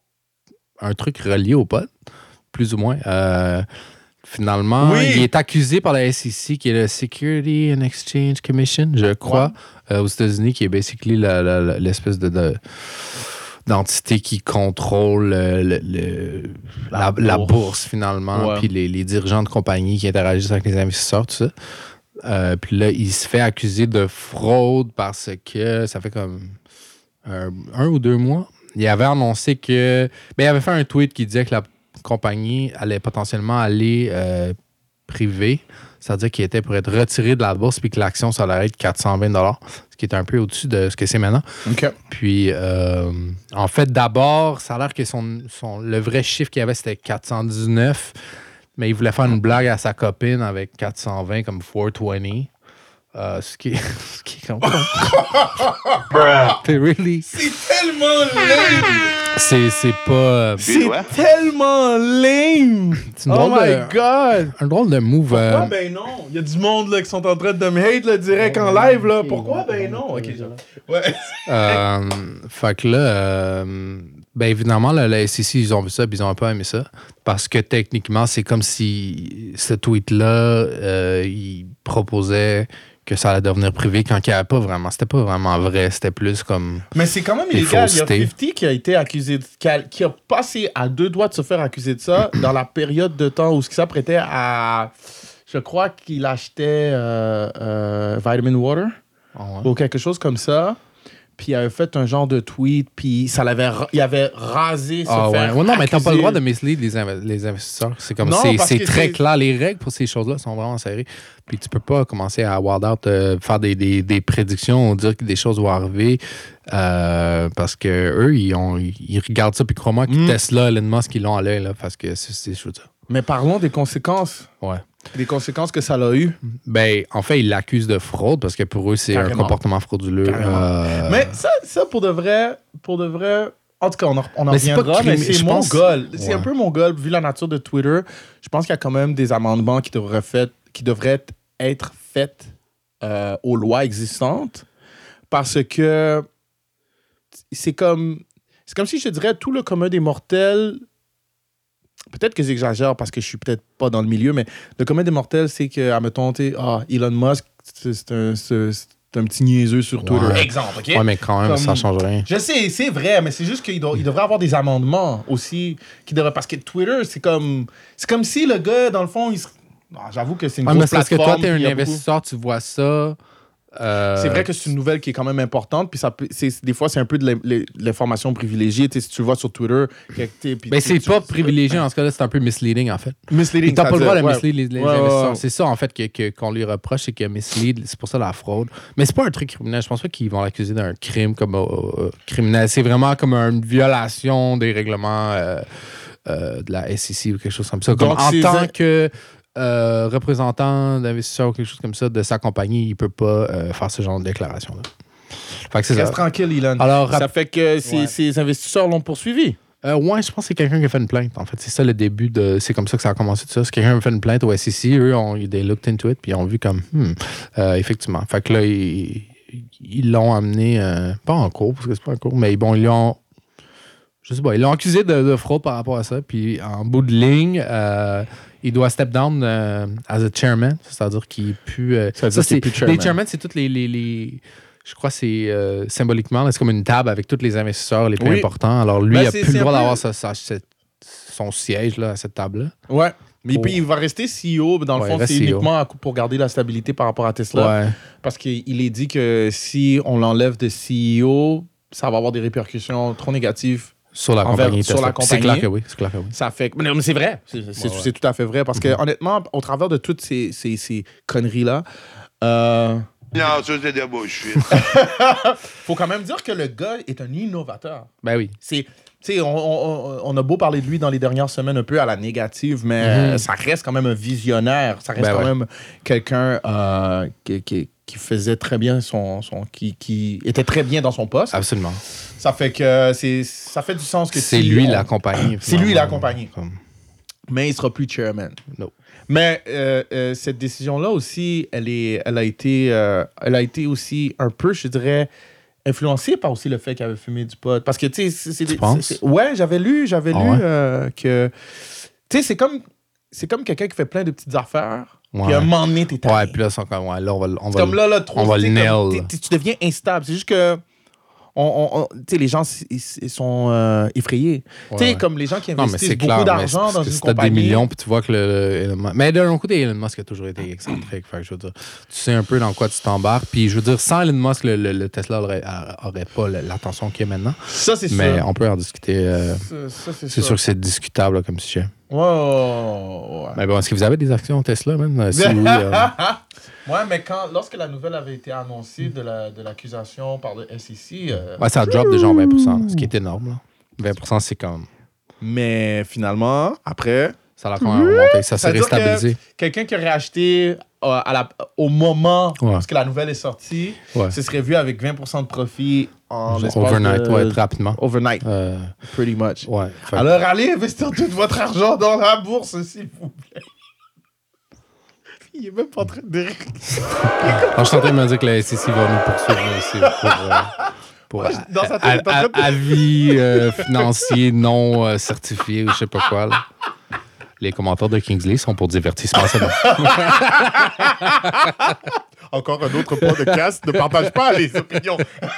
un truc relié au pot, plus ou moins. Euh, finalement, Oui. il est accusé par la S E C, qui est le Security and Exchange Commission, je crois, euh, aux États-Unis, qui est basically la- la- la- l'espèce de, de- d'entité qui contrôle euh, le- le- la, La la bourse. bourse, finalement, Ouais. puis les, les dirigeants de compagnie qui interagissent avec les investisseurs, tout ça. Euh, puis là, il se fait accuser de fraude parce que ça fait comme un, un ou deux mois. Il avait annoncé que. Ben, il avait fait un tweet qui disait que la compagnie allait potentiellement aller euh, privée. C'est-à-dire qu'il était pour être retiré de la bourse puis que l'action, ça allait être quatre cent vingt dollars, ce qui est un peu au-dessus de ce que c'est maintenant. OK. Puis, euh, en fait, d'abord, ça a l'air que son, son, le vrai chiffre qu'il avait, c'était quatre cent dix-neuf. Mais il voulait faire une blague à sa copine avec quatre cent vingt comme quatre cent vingt. Euh, ce, qui est, ce qui est comme. C'est really. C'est tellement lame! C'est, c'est pas. euh, C'est tellement lame! c'est une Oh drôle my de, God! un drôle de move. euh, Pourquoi ben non? Il y a du monde là, qui sont en train de me hate là, direct en live. Là. Pourquoi ben non? Ok, je- ouais. Euh, fait que là, euh, ben évidemment, là, la S E C, ils ont vu ça, puis ils ont un peu aimé ça. Parce que techniquement, c'est comme si ce tweet-là, euh, il proposait que ça allait devenir privé quand il n'y avait pas vraiment. C'était pas vraiment vrai. C'était plus comme. Mais c'est quand même Des illégal. Il y a faussetés. cinquante qui a été accusé, de- qui a, qui a passé à deux doigts de se faire accuser de ça dans la période de temps où ce qui s'apprêtait à. Je crois qu'il achetait euh, euh, Vitamin Water Ah ouais. ou quelque chose comme ça. Puis il avait fait un genre de tweet, puis ça l'avait, ra- il avait rasé se Ah ouais. faire Ouais, non, mais t'as pas le accuser. droit de mislead les, inv- les investisseurs. C'est comme Non, c'est, parce c'est que très c'est- clair. Les règles pour ces choses-là sont vraiment serrées. Puis tu peux pas commencer à wild out, euh, faire des, des, des prédictions ou dire que des choses vont arriver. euh, parce que eux, ils, ont, ils regardent ça. Puis crois-moi que Mm. Tesla, Elon Musk, ils l'ont à l'œil. Là, parce que c'est, c'est je veux dire. Mais parlons des conséquences. Ouais. Des conséquences que ça l'a eu. Ben, en fait, ils l'accusent de fraude parce que pour eux, c'est un Carrément. comportement frauduleux. Carrément. Euh, Mais ça, ça, pour de vrai, pour de vrai, en tout cas, on en, on en Mais c'est pas reviendra, mais crimi- c'est je mon pense- goal. C'est Ouais. un peu mon goal, vu la nature de Twitter. Je pense qu'il y a quand même des amendements qui devraient, fait, qui devraient être faits euh, aux lois existantes parce que c'est comme, c'est comme si je te dirais tout le commun des mortels peut-être que j'exagère parce que je suis peut-être pas dans le milieu, mais le commun des mortels, c'est que, admettons, tu sais, ah, Elon Musk, c'est, c'est un... C'est, c'est un petit niaiseux sur Twitter. Ouais. Exemple, OK? Ouais, mais quand même, Comme- ça change rien. Je sais, c'est vrai, mais c'est juste qu'il doit- il devrait avoir des amendements aussi. Qui devraient, parce que Twitter, c'est comme... C'est comme si le gars, dans le fond, il se- non, j'avoue que c'est une Ouais, mais grosse c'est parce que plateforme. toi, t'es puis il y un a beaucoup- investisseur, tu vois ça. euh, C'est vrai que c'est une nouvelle qui est quand même importante, puis ça peut, c'est, des fois, c'est un peu de l'in- l'in- l'information privilégiée. Tu sais, si tu le vois sur Twitter... que t'es- puis Ben, tu- c'est tu- pas privilégié dans ce cas-là, c'est un peu misleading en fait. Misleading. Et t'as pas le droit de ouais. mislead les, les Ouais, ouais, investisseurs. ouais. C'est ça en fait que, que- qu'on lui reproche, c'est qu'il a mislead. C'est pour ça la fraude. Mais c'est pas un truc criminel. Je pense pas qu'ils vont l'accuser d'un crime comme euh, euh, criminel. C'est vraiment comme une violation des règlements euh, euh, de la S E C ou quelque chose comme ça. Comme Donc, en c'est- tant que euh, représentant d'investisseur ou quelque chose comme ça de sa compagnie, il peut pas euh, faire ce genre de déclaration-là. Fait que c'est Reste ça. tranquille, Elon. Alors, Ça fait que ces, Ouais. ces investisseurs l'ont poursuivi. Euh, ouais, je pense que c'est quelqu'un qui a fait une plainte. En fait, c'est ça le début de. C'est comme ça que ça a commencé tout ça. C'est quelqu'un qui a fait une plainte au S E C. Eux, ont, they looked into it, puis ils ont vu comme. Hmm, euh, effectivement. Fait que là, ils, ils l'ont amené. euh, pas en cours, parce que c'est pas en cours, mais bon, ils l'ont. Je sais pas, ils l'ont accusé de, de fraude par rapport à ça. Puis en bout de ligne, euh, il doit step down euh, as a chairman. C'est-à-dire qu'il est plus. euh, Ça veut dire ça, qu'il est c'est, plus chairman. les chairmen, c'est toutes les. les, les je crois que c'est euh, symboliquement, là, c'est comme une table avec tous les investisseurs les plus Oui. importants. Alors lui, Ben, il n'a c'est- plus c'est le droit un peu- d'avoir sa- sa- cette- son siège là, à cette table-là. Ouais. Mais Pour- puis il va rester C E O. Dans le Ouais, fond, il reste c'est C E O. uniquement à- pour garder la stabilité par rapport à Tesla. Ouais. Parce qu'il est dit que si on l'enlève de C E O, ça va avoir des répercussions trop négatives. Sur la Envers- compagnie sur Tesla. la Puis C'est compagnie. clair que oui. C'est clair que oui. Ça fait. Mais non, mais c'est vrai. C'est, c'est- Ouais, ouais. c'est tout à fait vrai. Parce que, honnêtement, au travers de toutes ces, ces, ces conneries-là, euh, Non, ça, c'est de bullshit. faut quand même dire que le gars est un innovateur. Ben oui. C'est, tu sais, on, on- on a beau parler de lui dans les dernières semaines un peu à la négative, mais euh, ça reste quand même un visionnaire. Ça reste Ben quand ouais. même quelqu'un euh, qui, qui, qui faisait très bien son... son qui, qui était très bien dans son poste. Absolument. Ça fait que c'est, ça fait du sens que C'est si lui on- la compagnie. C'est lui finalement. la compagnie. Comme- Mais il sera plus chairman. No. Mais euh, euh, cette décision-là aussi, elle, est, elle, a été, euh, elle a été aussi un peu, je dirais, influencée par aussi le fait qu'il avait fumé du pot. Parce que, tu sais, c'est... c'est Tu des- penses? c'est- c'est- ouais, j'avais lu, j'avais Ah lu ouais? euh, que... Tu sais, c'est comme, c'est comme quelqu'un qui fait plein de petites affaires, Ouais. puis à un moment donné, t'es tanné. Ouais, puis là, c'est encore- ouais, là, on va, le- on C'est va comme le- là, là, trop... on va tu sais, le comme, nail. t'es- t'es- tu deviens instable. C'est juste que... On, on- on- tu sais, les gens ils, ils sont euh, effrayés. Ouais, tu sais, ouais. comme les gens qui Non, mais investissent c'est beaucoup clair. mais d'argent c'est dans parce que une si t'as compagnie. des millions, puis tu vois que le, le Elon Musk- Mais d'un côté, Elon Musk a toujours été excentrique. Fait que je veux dire, tu sais un peu dans quoi tu t'embarques. Puis je veux dire, sans Elon Musk, le, le- le Tesla aurait, aurait pas l'attention qu'il y a maintenant. Ça, c'est sûr. Mais on peut en discuter. euh, Ça, ça, c'est c'est sûr que c'est discutable là, comme sujet. Ouais, ouais, ouais, ouais. Mais bon, est-ce que vous avez des actions Tesla, même? Euh, Si oui, euh, Ouais, mais quand, lorsque la nouvelle avait été annoncée de, la, de l'accusation par le S E C, euh, ouais, ça drop déjà en vingt pour cent, là, ce qui est énorme. Là. vingt pour cent, c'est comme. mais finalement, après, Ça a quand même remonté. Ça s'est C'est-à-dire que restabilisé. quelqu'un qui aurait acheté euh, à la, au moment Ouais. où la nouvelle est sortie, Ouais. ce serait vu avec vingt pour cent de profit en l'espace Overnight, de- ouais, très rapidement. Overnight, Euh, pretty much. ouais. Fait que- Alors, allez investir tout votre argent dans la bourse, s'il vous plaît. Il est même pas en train de rire. Alors, je suis en train de me dire que la S E C va nous poursuivre aussi pour, euh, pour Moi, je- dans sa tête, a- il est en train de- a- avis euh, financier non euh, certifié ou je sais pas quoi. Là. Les commentaires de Kingsley sont pour divertissement. C'est bon. Encore un autre podcast. Ne partage pas les opinions.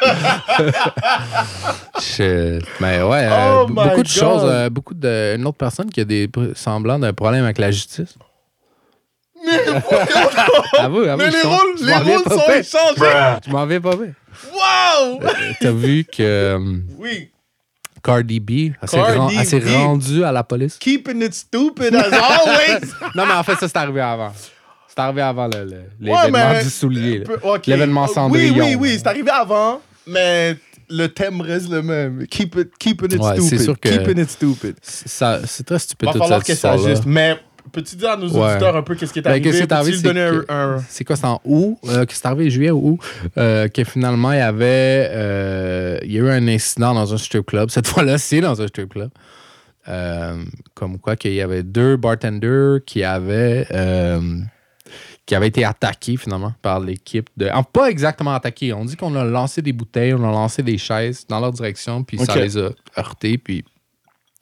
Je- Mais ouais, euh, Oh b- my beaucoup de God. choses. euh, beaucoup de. Une autre personne qui a des pr- semblants d'un problème avec la justice. Avoue, avoue, Mais je les t'en- rôles, je les m'en reviens rôles pas sont pire. échangés. Je m'en vais pas bien. Wow! T'as vu que euh, Oui. Cardi B elle s'est Cardi ren- elle s'est B. rendue à la police. Keeping it stupid as always. Non, mais en fait, ça, c'est arrivé avant. C'est arrivé avant le- le- Ouais, l'événement mais- du soulier. là. Peu- ok. L'événement Cendrillon. Oui, oui, oui, c'est arrivé avant, mais le thème reste le même. Keep it, keeping it Ouais, c'est stupid. sûr que- Keeping it stupid. C'est ça- c'est très stupide Va toute falloir cette que ça histoire-là. ajuste. Mais peux-tu dire à nos Ouais. auditeurs un peu qu'est-ce qui est Ben, arrivé? qu'est-ce qui est arrivé, Peux-tu c'est donner que- un... un- C'est quoi, c'est en août, euh, que c'est arrivé juillet ou août, euh, que finalement, il y avait, euh, il y a eu un incident dans un strip club. Cette fois-là, c'est dans un strip club. Euh, comme quoi, qu'il y avait deux bartenders qui avaient, euh, qui avaient été attaqués finalement par l'équipe de. En, pas exactement attaqués. On dit qu'on a lancé des bouteilles, on a lancé des chaises dans leur direction, puis ça Ok. les a heurtés, puis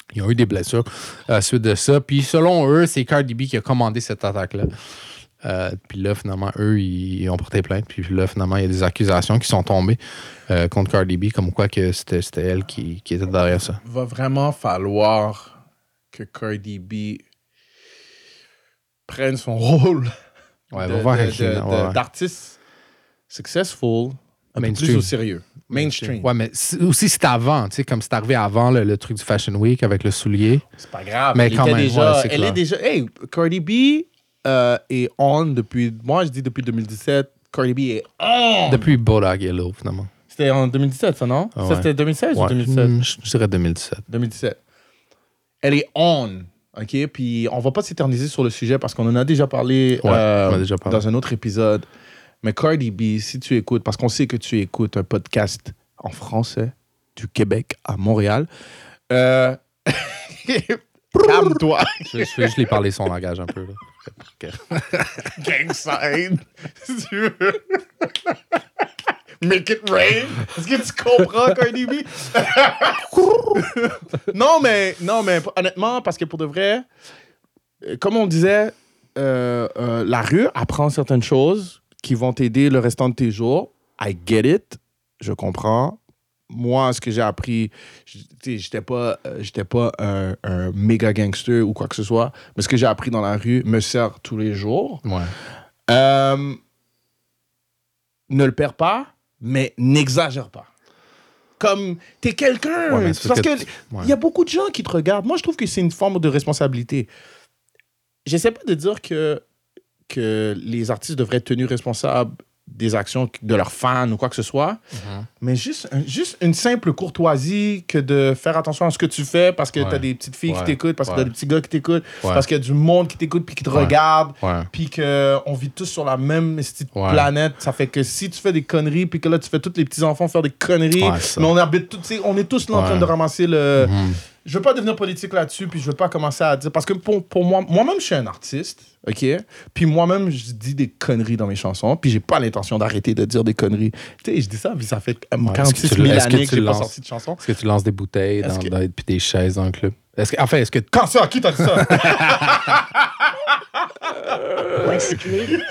Ils ont eu des blessures euh, suite de ça. Puis selon eux, c'est Cardi B qui a commandé cette attaque-là. Euh, puis là, finalement, eux, ils, ils ont porté plainte. Puis là, finalement, il y a des accusations qui sont tombées euh, contre Cardi B, comme quoi que c'était, c'était elle qui, qui était derrière ça. Va vraiment falloir que Cardi B prenne son rôle Ouais, de, va voir de- avec de- lui, de- ouais. d'artiste successful, un peu Mainstream. plus au sérieux. Mainstream. Ouais, mais c'est- aussi c'était avant, tu sais, comme c'est arrivé avant le, le truc du Fashion Week avec le soulier. C'est pas grave. Mais elle quand était même, déjà, ouais, c'est elle clair. est déjà. Hey, Cardi B euh, est on depuis. Moi, je dis depuis deux mille dix-sept. Cardi B est on. Depuis Bodak Yellow, finalement. C'était en deux mille dix-sept, ça, non? Ah Ça, ouais. c'était deux mille seize ou Ouais, deux mille dix-sept? hmm, je, je dirais deux mille dix-sept. deux mille dix-sept. Elle est on. OK? Puis on va pas s'éterniser sur le sujet parce qu'on en a déjà parlé, Ouais, euh, on a déjà parlé. dans un autre épisode. Mais Cardi B, si tu écoutes, parce qu'on sait que tu écoutes un podcast en français du Québec à Montréal, euh... calme-toi. Je, je vais juste les parler son langage un peu. Là. Ok. Gang sign. Si tu veux. Make it rain. Est-ce que tu comprends, Cardi B? non, mais, non, mais honnêtement, parce que pour de vrai, euh, comme on disait, euh, euh, la rue apprend certaines choses qui vont t'aider le restant de tes jours. I get it. Je comprends. Moi, ce que j'ai appris, je- tu sais, j'étais pas, euh, j'étais pas un, un méga gangster ou quoi que ce soit, mais ce que j'ai appris dans la rue me sert tous les jours. Ouais. Euh, ne le perds pas, mais n'exagère pas. Comme, t'es quelqu'un. Ouais, mais c'est parce parce que que il ouais. y a beaucoup de gens qui te regardent. Moi, je trouve que c'est une forme de responsabilité. J'essaie pas de dire que, que les artistes devraient être tenus responsables des actions de leurs fans ou quoi que ce soit, Mhm. mais juste, un- juste une simple courtoisie que de faire attention à ce que tu fais parce que Ouais. t'as des petites filles Ouais. qui t'écoutent, parce que Ouais. t'as des petits gars qui t'écoutent, Ouais. parce qu'il y a du monde qui t'écoute puis qui te Ouais. regarde, Ouais. puis qu'on vit tous sur la même petite Ouais. planète. Ça fait que si tu fais des conneries, puis que là, tu fais tous les petits-enfants faire des conneries, Ouais, ça. mais on, habite tous, tu sais, on est tous là en Ouais. train de ramasser le... Mhm. Je veux pas devenir politique là-dessus, puis je veux pas commencer à dire... Parce que pour, pour moi, moi-même, je suis un artiste, OK? Puis moi-même, je dis des conneries dans mes chansons, puis j'ai pas l'intention d'arrêter de dire des conneries. Tu sais, je dis ça, puis ça fait euh, Ouais, quarante-six est-ce que tu- mille est-ce que années que tu j'ai pas lances- sorti de chanson. Est-ce que tu lances des bouteilles Est-ce dans, que- dans- puis des chaises dans le club? Est-ce que, enfin, est-ce que... Quand ça? Qui t'a dit ça? Wesley.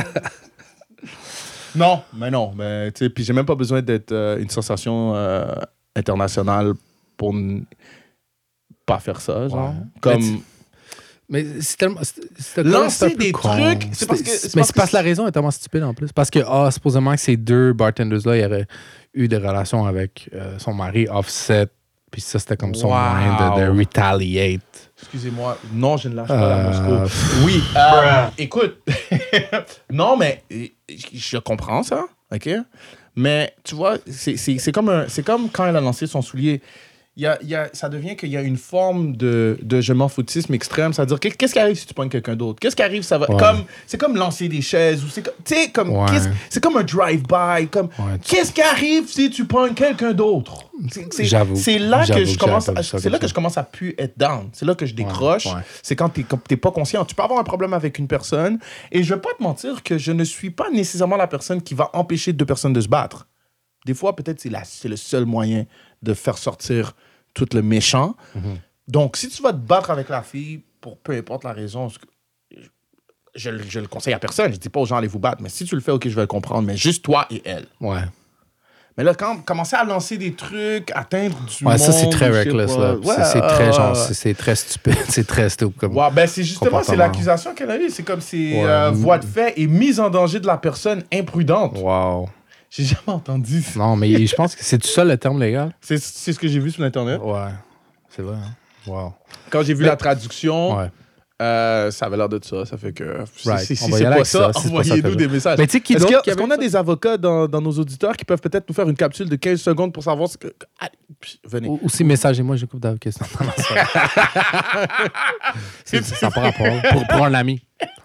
Non, mais non. Mais, tu sais, puis j'ai même pas besoin d'être euh, une sensation euh, internationale pour n- pas faire ça, genre. Ouais. Comme... Mais c'est tellement. c'est- c'est- Lancer c'est un peu des con. trucs, c'est parce que- c'est mais parce c'est que parce que la raison est tellement stupide en plus. Parce que, ah, supposément que ces deux bartenders-là, ils auraient eu des relations avec euh, son mari, Offset. Puis ça, c'était comme son Wow. moyen de, de retaliate. Excusez-moi. Non, je ne lâche pas la Euh, Moscou. Oui. euh, écoute. non, mais euh, je comprends ça. OK? Mais tu vois, c'est, c'est, c'est, comme, un, c'est comme quand elle a lancé son soulier. Il y a, il y a, ça devient qu'il y a une forme de, de je m'en foutisme extrême. C'est-à-dire, qu'est- qu'est-ce qui arrive si tu pognes quelqu'un d'autre? Qu'est-ce qui arrive? Ça va, Ouais. comme, c'est comme lancer des chaises. Ou c'est comme, tu sais, comme, Ouais. qu'est-ce- c'est comme un drive-by. Comme, Ouais, tu- qu'est-ce qui arrive si tu pognes quelqu'un d'autre? C'est, c'est- J'avoue. C'est là J'avoue que je que commence j'avais à, pas vu ça c'est comme là que ça. je commence à plus être down. C'est là que je décroche. Ouais, ouais. C'est quand tu n'es pas conscient. Tu peux avoir un problème avec une personne. Et je ne vais pas te mentir que je ne suis pas nécessairement la personne qui va empêcher deux personnes de se battre. Des fois, peut-être, c'est, la, c'est le seul moyen de faire sortir tout le méchant. Mhm. Donc, si tu vas te battre avec la fille, pour peu importe la raison, je, le- je le conseille à personne. Je ne dis pas aux gens, allez vous battre. Mais si tu le fais, OK, je vais le comprendre. Mais juste toi et elle. Ouais. Mais là, quand commencer à lancer des trucs, atteindre du Ouais, monde... ça, c'est très je sais reckless, pas. là. Ouais, c'est, c'est ouais, très, ouais, genre, ouais. c'est, c'est très stupide. C'est très stupide. Comme... Ouais, ben c'est justement, c'est Comportement. l'accusation qu'elle a eue. C'est comme si Ouais. euh, voie de fait et mise en danger de la personne imprudente. Wow. J'ai jamais entendu ça. Non, mais je pense que c'est tout ça le terme légal. C'est, c'est ce que j'ai vu sur Internet. Ouais. C'est vrai, hein? Wow. Quand j'ai vu Mais- la traduction, Ouais. euh, ça avait l'air de ça. Ça fait que si, Right. si, si On va y c'est aller pas avec ça, ça, si c'est pas ça, envoyez-nous fais-le. des messages. Mais tu sais qui Est-ce, d'autre qu'il y a- qui est-ce qu'on avait a des avocats dans, dans nos auditeurs qui peuvent peut-être nous faire une capsule de quinze secondes pour savoir ce que... Allez, pff, venez. Ou- Aussi, messagez-moi, j'écoute des questions. Non, non, c'est vrai. C'est- ça n'a pas rapport. Pour, pour un ami.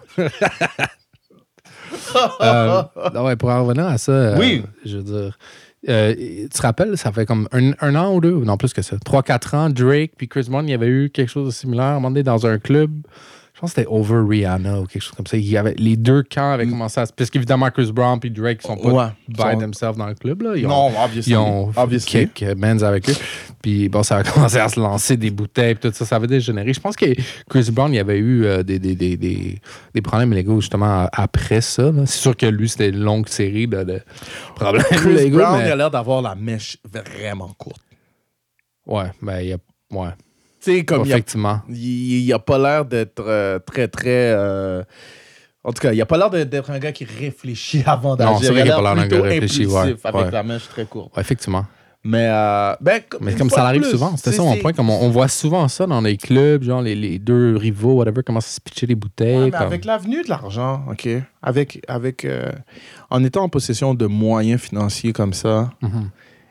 euh, non, ouais, pour en revenir à ça, euh, Oui. je veux dire, euh, tu te rappelles, ça fait comme un, un an ou deux, non plus que ça, trois quatre ans, Drake puis Chris Brown, il y avait eu quelque chose de similaire, à un moment donné, dans un club, Je pense que c'était Over Rihanna ou quelque chose comme ça. Il y avait, les deux camps avaient commencé à... Parce qu'évidemment, Chris Brown et Drake sont pas Ouais. by Sont- themselves dans le club. Là. Ils Non, ont, obviously. Ils ont Obviously. kick euh, Benz avec eux. Puis bon, ça a commencé à se lancer des bouteilles tout ça. Ça avait dégénéré. Je pense que Chris Brown, il y avait eu euh, des, des, des, des, des problèmes légaux justement après ça. Là. C'est sûr que lui, c'était une longue série de, de problèmes Chris légaux. Brown, mais... il a l'air d'avoir la mèche vraiment courte. Ouais, ben il y a... Ouais, Tu sais, comme il a, effectivement. il, il a pas l'air d'être euh, très, très... euh, En tout cas, il a pas l'air de- d'être un gars qui réfléchit avant d'agir. Non, c'est vrai Il qu'il a a pas l'air d'un plutôt gars réfléchi, impulsif ouais, avec ouais. la mèche très courte. Ouais, effectivement. Mais, euh, ben, Mais une comme fois ça de arrive plus, souvent, c'était c'est- ça mon c'est- point. Comme on, on voit souvent ça dans les clubs, genre les, les deux rivaux, whatever, commencent à se pitcher des bouteilles. Ouais, mais comme... avec l'avenue de l'argent, OK? Avec, avec, euh, en étant en possession de moyens financiers comme ça, Mhm.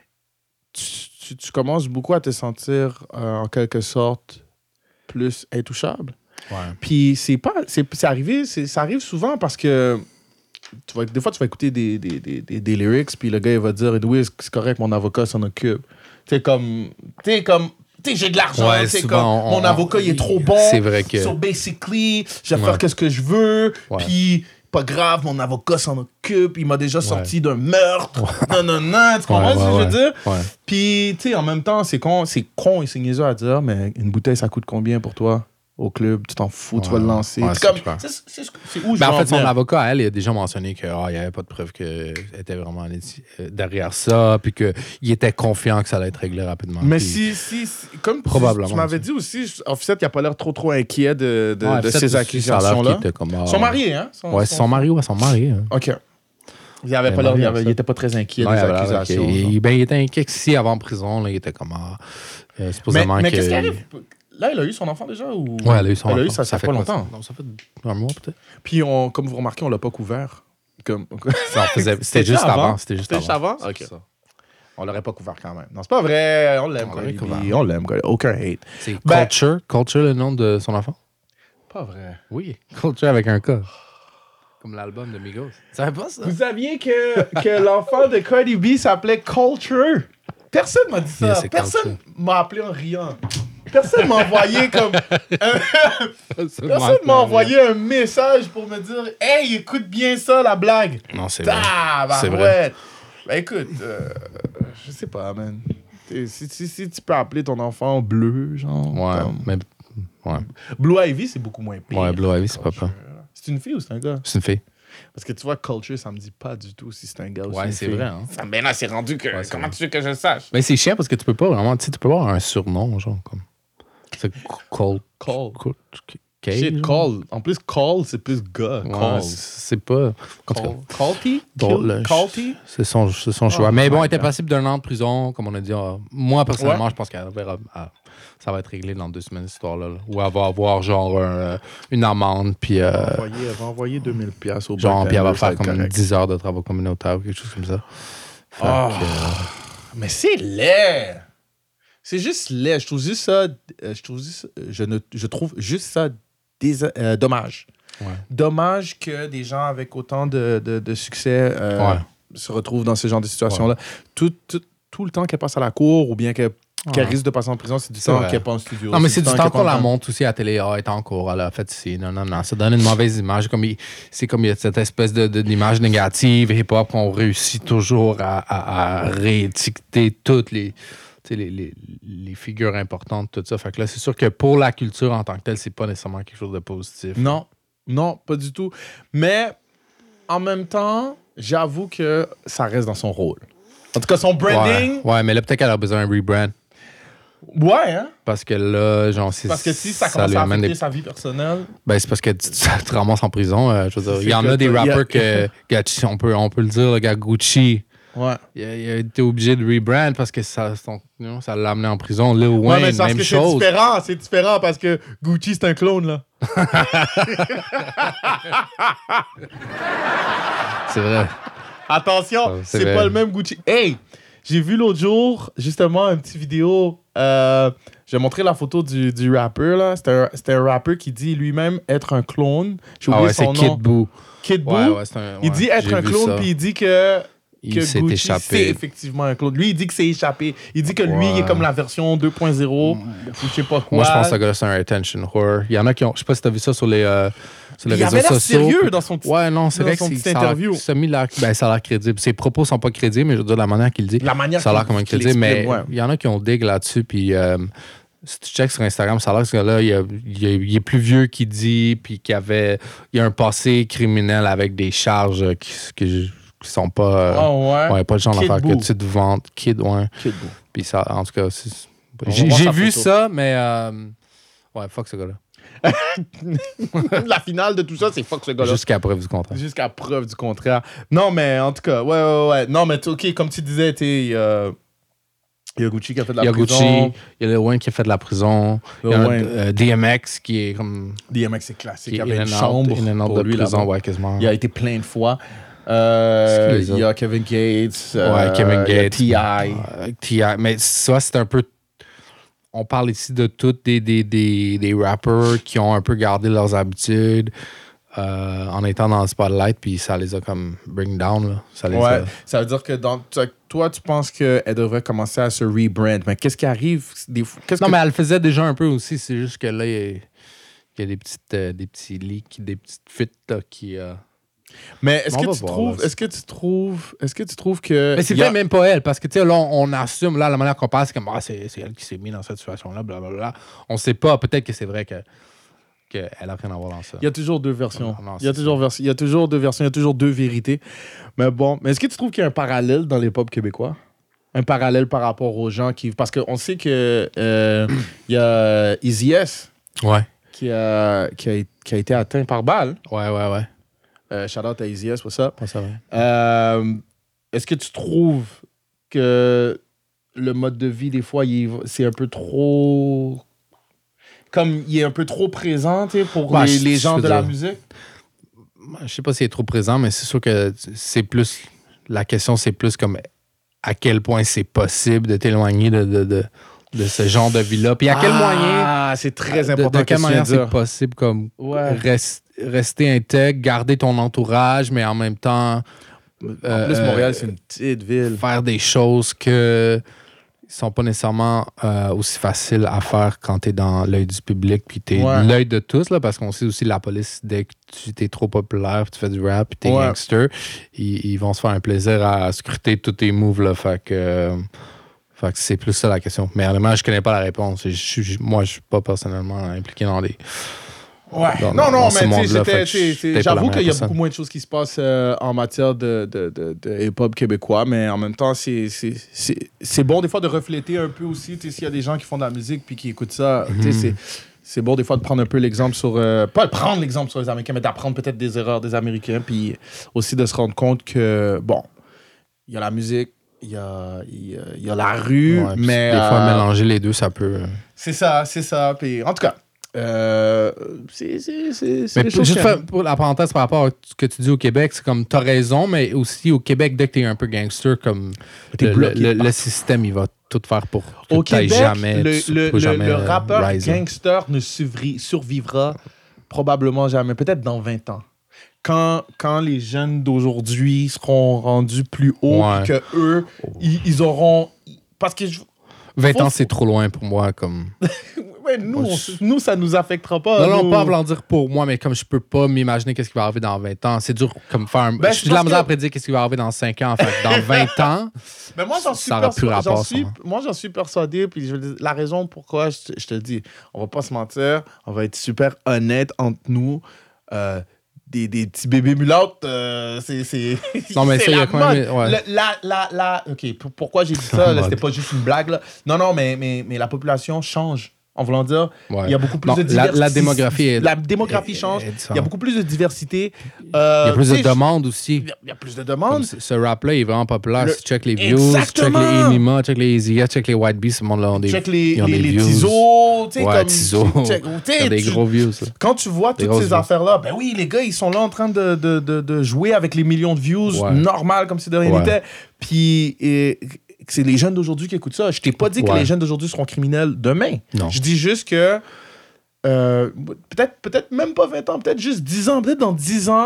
tu, tu- tu commences beaucoup à te sentir, euh, en quelque sorte, plus intouchable. Ouais. Puis c'est pas... C'est, c'est arrivé, c'est, ça arrive souvent parce que... Tu vas, des fois, tu vas écouter des, des, des, des, des lyrics, puis le gars, il va dire « Oui, c'est correct, mon avocat s'en occupe. » Tu sais, comme... Tu sais, comme... Tu sais, j'ai de l'argent, Ouais, tu sais, souvent, comme... on- mon on- avocat, il est trop bon. C'est vrai que- So, basically, je vais Ouais. faire qu'est-ce que je veux, Ouais. puis... Pas grave, mon avocat s'en occupe, il m'a déjà sorti d'un meurtre. Non, non, non, tu comprends Ouais, ce que ouais, je veux ouais. dire? Ouais. Puis, tu sais, en même temps, c'est con, c'est con et c'est niaiseux à dire, mais une bouteille, ça coûte combien pour toi au club? Tu t'en fous, tu vas le Ouais. lancer. Ouais, c'est c'est comme, clair. c'est, c'est, c'est où je Ben, veux en en fait, son venir. avocat, elle, il a déjà mentionné qu'il n'y avait pas de preuve qu'elle était vraiment euh, derrière ça, puis qu'il était confiant que ça allait être réglé rapidement. Mais Puis- si, si, si- comme tu- Probablement, tu m'avais ça. dit aussi, Offset, il n'a pas l'air trop, trop inquiet de, de, Ouais, de peut-être ces aussi, ça a l'air accusations-là. qu'il était comme, ah, Ils sont mariés, hein? Sont- Ouais, sont- c'est son mari, ouais, son mari. hein. OK. Il avait Mais pas l'air, il, marié, avait- ça. il était pas très inquiet Ouais, des il avait l'air accusations. inquiet. genre. Il, ben, il était inquiet que si avant prison, là, il était comme. ah, euh, Mais, supposément mais que- qu'est-ce qui arrive? Là, il a eu son enfant déjà? Ou... Ouais, elle a eu son Elle a eu enfant. ça, ça, fait pas quoi, longtemps. ça? Non, ça fait un mois peut-être. Puis, on, comme vous remarquez, on l'a pas couvert. Comme... Non, faisait- C'était juste avant. C'était juste C'était juste avant. avant? OK. C'est ça. On l'aurait pas couvert quand même. Non, c'est pas vrai. On l'aime, On l'aurait Cardi B. couvert. On l'aime, Cardi B. Aucun hate. C'est Ben- Culture. Culture, le nom de son enfant? Pas vrai. Oui. Culture avec un K. Comme l'album de Migos. Tu savais pas ça? Vous saviez que, que l'enfant de Cardi B s'appelait Culture? Personne m'a dit ça. Yeah, c'est Personne m'a appelé en riant. Personne m'a envoyé comme... Personne m'a envoyé un message pour me dire « Hey, écoute bien ça, la blague! » Non, c'est vrai. Ah, bah C'est vrai. ouais. Ben écoute, euh, je sais pas, man. T'es- Si, si, si tu peux appeler ton enfant Bleu, genre... Ouais, comme- mais. Ouais. Blue Ivy, c'est beaucoup moins pire. Ouais, Blue Ivy, c'est pas Culture. peur. C'est une fille ou c'est un gars? C'est une fille. Parce que tu vois, Culture, ça me dit pas du tout si c'est un gars ou Ouais, une c'est fille. vrai, hein. Ça, ben là, c'est rendu que... Ouais, c'est comment vrai. tu veux que je le sache? Mais c'est chiant parce que tu peux pas vraiment. Tu sais, tu peux avoir un surnom, genre, comme. C'est Cole. Call. Cole. Cage, Shit, genre. Call. En plus, Call, c'est plus gars. Ouais, Call. c'est pas. En tout cas, Call. Calty? drôle, là. Calty? C'est son, c'est son choix. Oh Mais bon, my elle était God. passible d'un an de prison, comme on a dit. ah, moi, personnellement, Ouais. je pense qu'elle verra. ah, ça va être réglé dans deux semaines, cette histoire-là. là. Ou elle va avoir, genre, un, euh, une amende, puis. euh, Elle va envoyer- elle va envoyer deux mille dollars au genre, puis elle va bartender, ça faire être comme correct. dix heures de travaux communautaires ou quelque chose comme ça. Fait Ah. que, euh, Mais c'est laid. C'est juste laid. Je trouve juste ça. euh, Je trouve juste, je ne, je trouve juste ça dés- euh, dommage. Ouais. Dommage que des gens avec autant de, de, de succès euh, Ouais. se retrouvent dans ce genre de situation-là. Tout, tout, tout le temps qu'elle passe à la cour ou bien qu'elle qu'elle Ouais. risque de passer en prison, c'est du C'est temps vrai. qu'elle pas en studio. Non, mais c'est du temps qu'on la qu'elle montre aussi à la télé. Ah, elle est en cours, elle a fait ci. Non, non, non. Ça donne une mauvaise image. Comme il- c'est comme il y a cette espèce de, de- d'image négative hip-hop qu'on réussit toujours à, à, à réétiqueter toutes les, tu sais, les, les, les figures importantes, tout ça. Fait que là, c'est sûr que pour la culture en tant que telle, c'est pas nécessairement quelque chose de positif. Non, non, pas du tout. Mais en même temps, j'avoue que ça reste dans son rôle. En tout cas, son branding. Ouais, ouais, mais là, peut-être qu'elle a besoin d'un rebrand. Ouais, hein? Parce que là, genre, c'est. Parce que si ça commence lui à amène affecter des- sa vie personnelle. Ben, c'est parce que tu, tu te ramasses en prison. euh, je veux dire, C'est il y en que a des t'as- il y a- rappers que. gars, on, peut, on peut le dire, le gars Gucci. Ouais. Il a, il a été obligé de rebrand parce que ça, son- you know, ça l'a amené en prison. Lil Wayne, Ouais, mais c'est parce même que c'est chose. différent. C'est différent parce que Gucci, c'est un clone, là. C'est vrai. Attention, Ouais, c'est c'est vrai. pas le même Gucci. Hey, j'ai vu l'autre jour, justement, une petite vidéo. Euh, j'ai montré la photo du, du rappeur, là. C'était un, c'était un rappeur qui dit lui-même être un clone. J'ai Ah oublié ouais, c'est son Kid nom. Boo. Kid Boo. Ouais, ouais, c'est un- Il ouais, dit être j'ai un vu clone, ça. puis il dit que il que s'est Gucci, échappé. c'est effectivement un clone. Lui, il dit que c'est échappé. Il dit que lui, Ouais. il est comme la version deux point zéro ou je sais pas quoi. Moi, je pense que ce gars-là, c'est un attention whore. Il y en a qui ont. Je sais pas si t'as vu ça sur les, euh, sur les Il réseaux avait l'air sociaux. sérieux dans son petit... Ouais, non, c'est dans vrai que son c'est, petite ça a l'air- interview. ça a mis l'air- ben, ça a l'air crédible. Ses propos sont pas crédibles, mais je veux dire, la manière qu'il dit, La manière ça a l'air qu'il- comme qu'il crédible. Mais exprime, ouais. il y en a qui ont dig là-dessus. Puis euh, si tu checks sur Instagram, ça a l'air que ce gars-là, il, a- il, a- il est plus vieux qu'il dit, puis qu'il avait, il a un passé criminel avec des charges qui, qui, qui sont pas. euh, Oh ouais? ouais, pas le genre Kid d'affaire Boo. que tu te vantes. Kid, ouais. Kid Boo. Puis ça, en tout cas, c'est- On va j'ai, voir j'ai sa vu photo. ça, mais. euh, ouais, fuck ce gars-là. La finale de tout ça, c'est fuck ce gars-là. Jusqu'à preuve du contraire. Jusqu'à preuve du contraire. Non, mais en tout cas, ouais, ouais, ouais. Non, mais t- OK, comme tu disais, tu sais, il y a... il y a Gucci qui a fait de la Il y a prison. Gucci, il y a Lil Wayne qui a fait de la prison. Il y a Lil un, Wayne. euh, D M X qui est comme. D M X, c'est classique. Qui Il y est avait in une and out- chambre in and out pour de lui prison, là-bas. ouais, quasiment. Il a été plein de fois. Euh, C'est qui les il y a Kevin Gates. euh, Ouais, Kevin il y a Gates. T I. Euh, T I Mais ça, c'est un peu. On parle ici de toutes des, des, des, des rappers qui ont un peu gardé leurs habitudes euh, en étant dans le spotlight, puis ça les a comme bring down. Là. Ça les Ouais, a... ça veut dire que dans, toi, tu penses qu'elle devrait commencer à se rebrand. Mais qu'est-ce qui arrive? Des, fois- qu'est-ce Non, que- mais elle le faisait déjà un peu aussi. C'est juste que là, il y a, il y a des, petites, euh, des petits leaks, des petites fuites là, qui. Euh... Mais est-ce On que va tu voir, trouves, là. est-ce que tu trouves, est-ce que tu trouves que Mais c'est il y a- vrai, même pas elle, parce que, tu sais, là, on, on assume, là, la manière qu'on parle, c'est comme, ah, c'est, c'est elle qui s'est mise dans cette situation-là, blablabla. On sait pas, peut-être que c'est vrai que, qu'elle a rien à voir dans ça. Il y a toujours deux versions. Non, non, il, y a c'est toujours vers- il y a toujours deux versions, il y a toujours deux vérités. Mais bon, mais est-ce que tu trouves qu'il y a un parallèle dans les pop québécois? Un parallèle par rapport aux gens qui... Parce qu'on sait que euh, il y a Easy S Ouais. qui a, qui, a, qui a été atteint par balle. Ouais, ouais, ouais. Euh, shout out à Easy S, what's up? Pas ça, ouais. Euh, est-ce que tu trouves que le mode de vie, des fois, il est- c'est un peu trop... Comme il est un peu trop présent, tu sais, pour Ouais, les, je- les je gens veux de la dire- musique? Je sais pas s'il est trop présent, mais c'est sûr que c'est plus. La question, c'est plus comme à quel point c'est possible de t'éloigner de, de, de, de ce genre de vie-là. Puis à quel moyen. Ah, c'est très de- important. De, quelle que tu manière viens de c'est dire. possible comme Ouais. rest- rester intègre, garder ton entourage, mais en même temps. En euh, plus, Montréal, euh, c'est une petite ville. faire des choses que sont pas nécessairement euh, aussi faciles à faire quand t'es dans l'œil du public puis t'es Ouais. l'œil de tous, là, parce qu'on sait aussi la police, dès que tu t'es trop populaire, puis tu fais du rap, puis t'es Ouais. gangster, ils, ils vont se faire un plaisir à scruter tous tes moves, là, fait que, euh, fait que c'est plus ça la question. Mais honnêtement, je connais pas la réponse. Je suis- je- moi, je suis pas personnellement impliqué dans des... Ouais. Dans- non, non, dans ce mais tu monde-là, sais, fait c'était- que tu sais, je- c'est- t'es pas la j'avoue meilleure qu'il y a personne. beaucoup moins de choses qui se passent euh, en matière de, de, de, de hip-hop québécois, mais en même temps, c'est, c'est, c'est, c'est bon des fois de refléter un peu aussi, tu sais, s'il y a des gens qui font de la musique puis qui écoutent ça, tu sais, Mhm. c'est, c'est bon des fois de prendre un peu l'exemple sur... euh, pas de prendre l'exemple sur les Américains, mais d'apprendre peut-être des erreurs des Américains, puis aussi de se rendre compte que, bon, il y a la musique, il y a, il y a, il y a la rue, Ouais, puis mais... des fois, euh, mélanger les deux, ça peut... euh, c'est ça, c'est ça. Puis, en tout cas, euh, c'est, c'est, c'est, c'est Mais des pour- choses juste qui faire- arrivent. pour la parenthèse par rapport à ce que tu dis au Québec, c'est comme t'as raison, mais aussi au Québec, dès que t'es un peu gangster, comme T'es le, bloqué le- par- le système, il va tout faire pour que Au t'ailles Québec, jamais, le, tu le, peux le- jamais le rappeur rise. gangster ne survri- survivra probablement jamais, peut-être dans vingt ans. Quand, quand les jeunes d'aujourd'hui seront rendus plus haut, Ouais. puis que eux, ils, ils auront... Parce que je- vingt faut- ans, c'est trop loin pour moi. Comme... ouais, nous, Moi, on- je- nous, ça nous affectera pas. non, non, nous. pas vouloir dire pour moi, mais comme je peux pas m'imaginer qu'est-ce qui va arriver dans vingt ans. C'est dur comme faire un... Ben, je c'est suis de la parce misère que- à prédire qu'est-ce qui va arriver dans cinq ans. Fait que dans vingt ans, Mais moi, j'en suis, Ça aura perso- plus rapport, j'en ça, suis, hein. moi, j'en suis persuadé. Puis je veux dire, la raison pourquoi, je te, je te le dis, on va pas se mentir, on va être super honnête entre nous. Euh, des, des petits bébés mulâtres, euh, c'est, c'est. Non, mais c'est ça, il y a la quand même- mode. ouais. Le- la, la, la, OK, pour- pourquoi j'ai dit La ça? là, mode. c'était pas juste une blague. Là. Non, non, mais, mais, mais la population change. En voulant dire, ouais. il y a beaucoup plus Non, de la, diversité. la démographie est- La démographie est- change. est Il y a différente. beaucoup plus de diversité. Il y a plus de demandes aussi. Il y a- il y a plus de Comme demandes. ce ce rap-là, il est vraiment populaire. Le- Si tu check les views, si tu check Exactement. les Enima, check les Easy, check les White Beast, ce monde-là ont des, Check les, ils ont les, des les views. tisos, tu sais, Ouais, comme... tisos. check- tu sais, Ils ont des tu- gros views, ça. Quand tu vois Des toutes grosses ces views. affaires-là, ben oui, les gars, ils sont là en train de, de, de, de jouer avec les millions de views, Ouais. normal, comme si de rien Ouais. n'était. Puis, et, c'est les jeunes d'aujourd'hui qui écoutent ça. Je t'ai pas dit que Ouais. les jeunes d'aujourd'hui seront criminels demain. Non. Je dis juste que, euh, peut-être peut-être même pas vingt ans, peut-être juste dix ans, peut-être dans dix ans,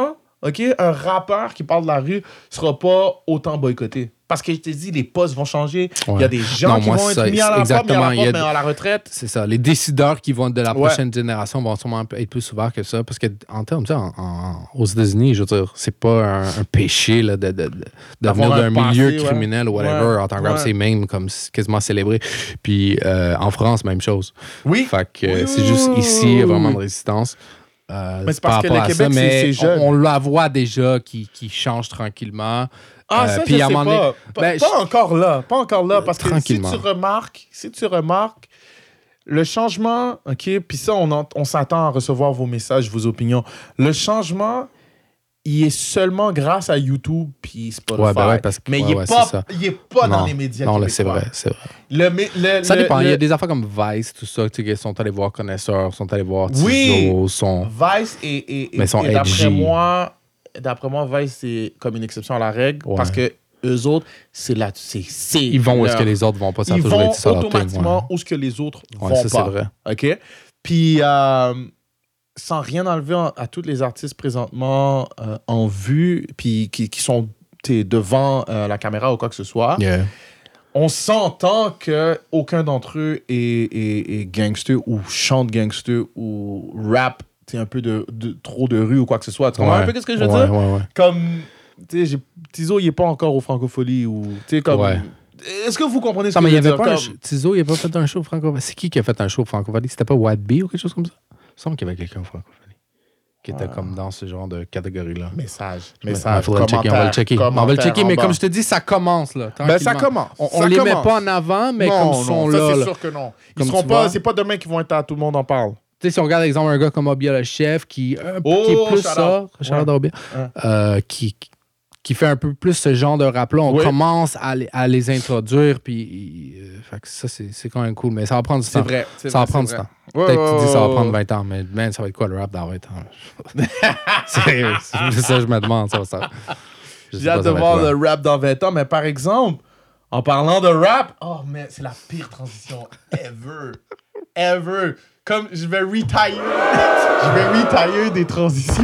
OK, un rappeur qui parle de la rue sera pas autant boycotté. Parce que je te dis, les postes vont changer. Il Ouais. y a des gens Non, qui moi, vont ça, être mis à la porte, mis à la exactement, il y porte, a mais des- à la retraite. C'est ça. Les décideurs qui vont de la Ouais. prochaine génération vont sûrement être plus ouverts que ça. Parce qu'en termes, tu sais, en- en- aux États-Unis, je veux dire, c'est pas un, un péché là, de, de, de, de D'avoir venir un d'un milieu passé, ouais. criminel ou whatever. Ouais. En tant que rap, Ouais. c'est même comme c- quasiment célébré. Puis euh, en France, même chose. Oui. Fait que Oui, euh, oui, c'est juste oui, ici, oui, il y a oui, vraiment oui. de résistance. Euh, Mais c'est par parce que rapport le à Québec, ça, c'est- mais c'est jeune. on, on la voit déjà qui, qui change tranquillement. Ah, Euh, ça, puis je à un sais moment pas. donné- Pas, ben, pas je- encore là. Pas encore là. Parce que si Tranquillement. tu remarques, si tu remarques, le changement, OK, puis ça, on, en- on s'attend à recevoir vos messages, vos opinions. Le changement, il est seulement grâce à YouTube puis Spotify. Ouais, ben ouais, parce que- Mais il ouais, est ouais, pas, c'est ça. il est pas dans Non. les médias Non, là, c'est québécois. vrai, c'est vrai. Le, mé- le- Ça le- dépend. Il y a le- des affaires comme Vice, tout ça, tu sais, qui sont allés voir Connaisseurs, sont allés voir Oui. Tizo, sont... Vice et, et, et- Mais ils sont et d'après edgy. moi, d'après moi, Vice, c'est comme une exception à la règle Ouais. parce que eux autres, c'est là, c'est, c'est Ils vont où est-ce leur- que les autres vont pas. Ça a Ils toujours vont été ça leur thing, automatiquement ouais. où ce que les autres Ouais, vont ça, c'est pas. vrai. OK? Puis, euh, sans rien enlever en- à tous les artistes présentement euh, en vue, puis qui, qui sont t'sais, devant euh, la caméra ou quoi que ce soit, Yeah. on s'entend qu'aucun d'entre eux est, est, est gangster ou chante gangster ou rap t'sais, un peu de, de trop de rue ou quoi que ce soit. Tu comprends Ouais. un peu qu'est-ce que je veux Ouais, dire? ouais, ouais. Comme, tu sais, j'ai- Tizo, il est pas encore au Francophonie ou, tu sais, comme... Ouais. Est-ce que vous comprenez ce Non, que mais je il y veux avait dire? pas un... Comme- ch- Tizo, il a pas fait un show francophonie. C'est qui qui a fait un show francophonie? C'était pas Wadby ou quelque chose comme ça? Il me semble qu'il y avait quelqu'un au francophonie qui était Ah. comme dans ce genre de catégorie-là. Message, Mais- message, mais faudrait le checker, on va le checker. On va le commentaire checker, en mais bas. comme je te dis, ça commence, là. Ben, ça tranquillement. commence. On, on ça les commence. met pas en avant, mais non, comme non, ils sont ça, là. c'est là. sûr que non. Ils Comme seront tu pas... vois. C'est pas demain qu'ils vont être à Tout le monde en parle. Tu sais, si on regarde, exemple, un gars comme Obia le chef, qui, euh, Oh, qui est plus shout ça, out. Richard Ouais. Obia, Ouais. euh, qui, qui fait un peu plus ce genre de rap-là, on Oui. commence à les, à les introduire, puis euh, fait que ça, c'est c'est quand même cool, mais ça va prendre du C'est temps. vrai. c'est Ça va vrai, prendre c'est du vrai. temps. Ouais, Peut-être que tu dis ça va ouais, prendre ouais. vingt ans, mais man, ça va être quoi le rap dans vingt ans? c'est c'est ça que je me demande. Ça, ça. Je sais J'ai pas, hâte ça de va voir être le quoi. rap dans vingt ans, mais par exemple, en parlant de rap, oh, mais c'est la pire transition ever. Ever. Comme je vais retire. Je vais retire des transitions.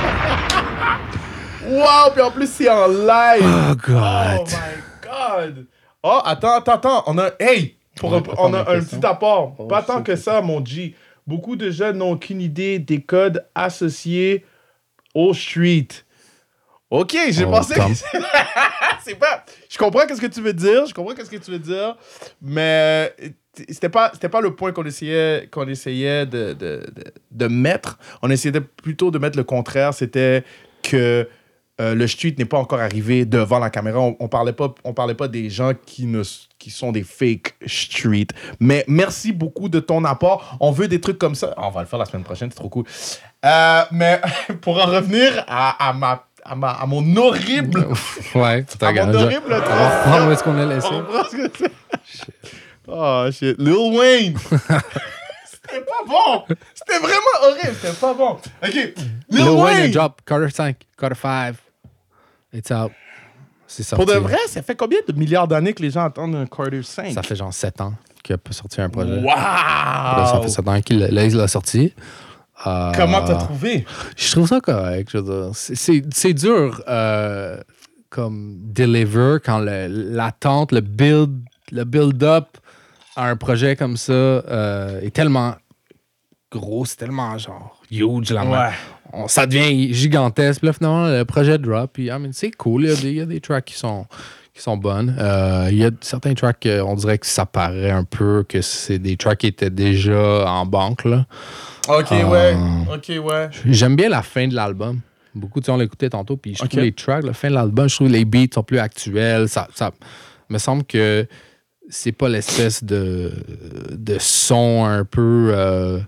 Wow, puis en plus, c'est en live. Oh, Oh God. my God. Oh, attends, attends, attends. On a, hey, pour Ouais, un- pas on tant a de un questions. petit apport. Oh, Pas tant shit. que ça, mon G. Beaucoup de jeunes n'ont aucune idée des codes associés au street. OK, j'ai Oh, pensé Tom. que c'est pas... Je comprends qu'est-ce que tu veux dire, je comprends qu'est-ce que tu veux dire, mais c'était pas, c'était pas le point qu'on essayait, qu'on essayait de, de, de, de mettre. On essayait plutôt de mettre le contraire, c'était que euh, le street n'est pas encore arrivé devant la caméra. On, on parlait pas, on parlait pas des gens qui, ne, qui sont des fake street. Mais merci beaucoup de ton apport. On veut des trucs comme ça. On va le faire la semaine prochaine, c'est trop cool. Euh, mais pour en revenir à, à ma À, ma, à mon horrible. Ouais, tu à mon horrible On va reprendre transition. où est-ce qu'on l'a laissé. On reprend ce que c'est. Oh shit. Lil Wayne. C'était pas bon. C'était vraiment horrible. C'était pas bon. Ok. Lil, Lil Wayne a Wayne. drop Carter cinq, Carter cinq. It's out. C'est sorti. Pour de vrai, ça fait combien de milliards d'années que les gens attendent un Carter cinq? Ça fait genre sept ans qu'il a sorti un projet. Wow. Là, ça fait sept ans qu'il l'a il l'a sorti. Euh, Comment t'as trouvé? Je trouve ça correct. Je veux dire. C'est- C'est c'est dur euh, comme deliver quand le- l'attente, le build, le build-up à un projet comme ça euh, est tellement gros, c'est tellement genre huge. Là, Ouais. on- ça devient gigantesque. Puis là, finalement, le projet drop. Puis, I mean, c'est cool. Il y, a des, il y a des tracks qui sont, qui sont bonnes. Euh, il y a certains tracks qu'on dirait que ça paraît un peu que c'est des tracks qui étaient déjà en banque. Là. Ok, Euh, ouais. Ok, ouais. J'aime bien la fin de l'album. Beaucoup, tu sais, on l'écoutait tantôt, puis je Ok. trouve les tracks, la fin de l'album, je trouve les beats sont plus actuels. Ça, ça me semble que c'est pas l'espèce de, de son un peu euh,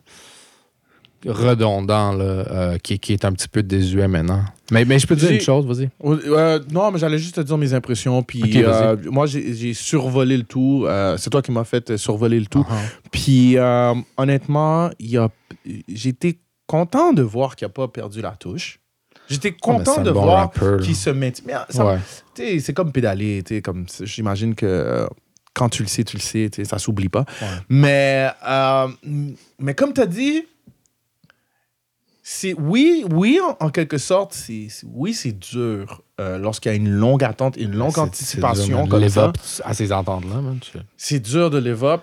redondant là, euh, qui, qui est un petit peu désuet maintenant. Mais, mais je peux te dire J'ai- une chose, vas-y. Euh, non, mais j'allais juste te dire mes impressions. Puis Ok, vas-y. euh, moi, j'ai j'ai survolé le tout. Euh, c'est toi qui m'as fait survoler le tout. Uh-huh. Puis euh, honnêtement, il y a... j'étais content de voir qu'il n'a pas perdu la touche. J'étais Oh, mais content c'est un de bon voir rappeur, là. qu'il se maintient. Mais, ça- Ouais. tu sais, c'est comme pédaler. tu sais, Comme, j'imagine que euh, quand tu le sais, tu le sais. tu sais, Ça s'oublie pas. Ouais. Mais, euh, mais comme tu as dit, c'est, oui, oui, en, en quelque sorte, c'est, c'est- oui, c'est dur euh, lorsqu'il y a une longue attente, une longue C'est- anticipation c'est dur, comme live ça. up à ces ententes-là, man. Tu- C'est dur de live up,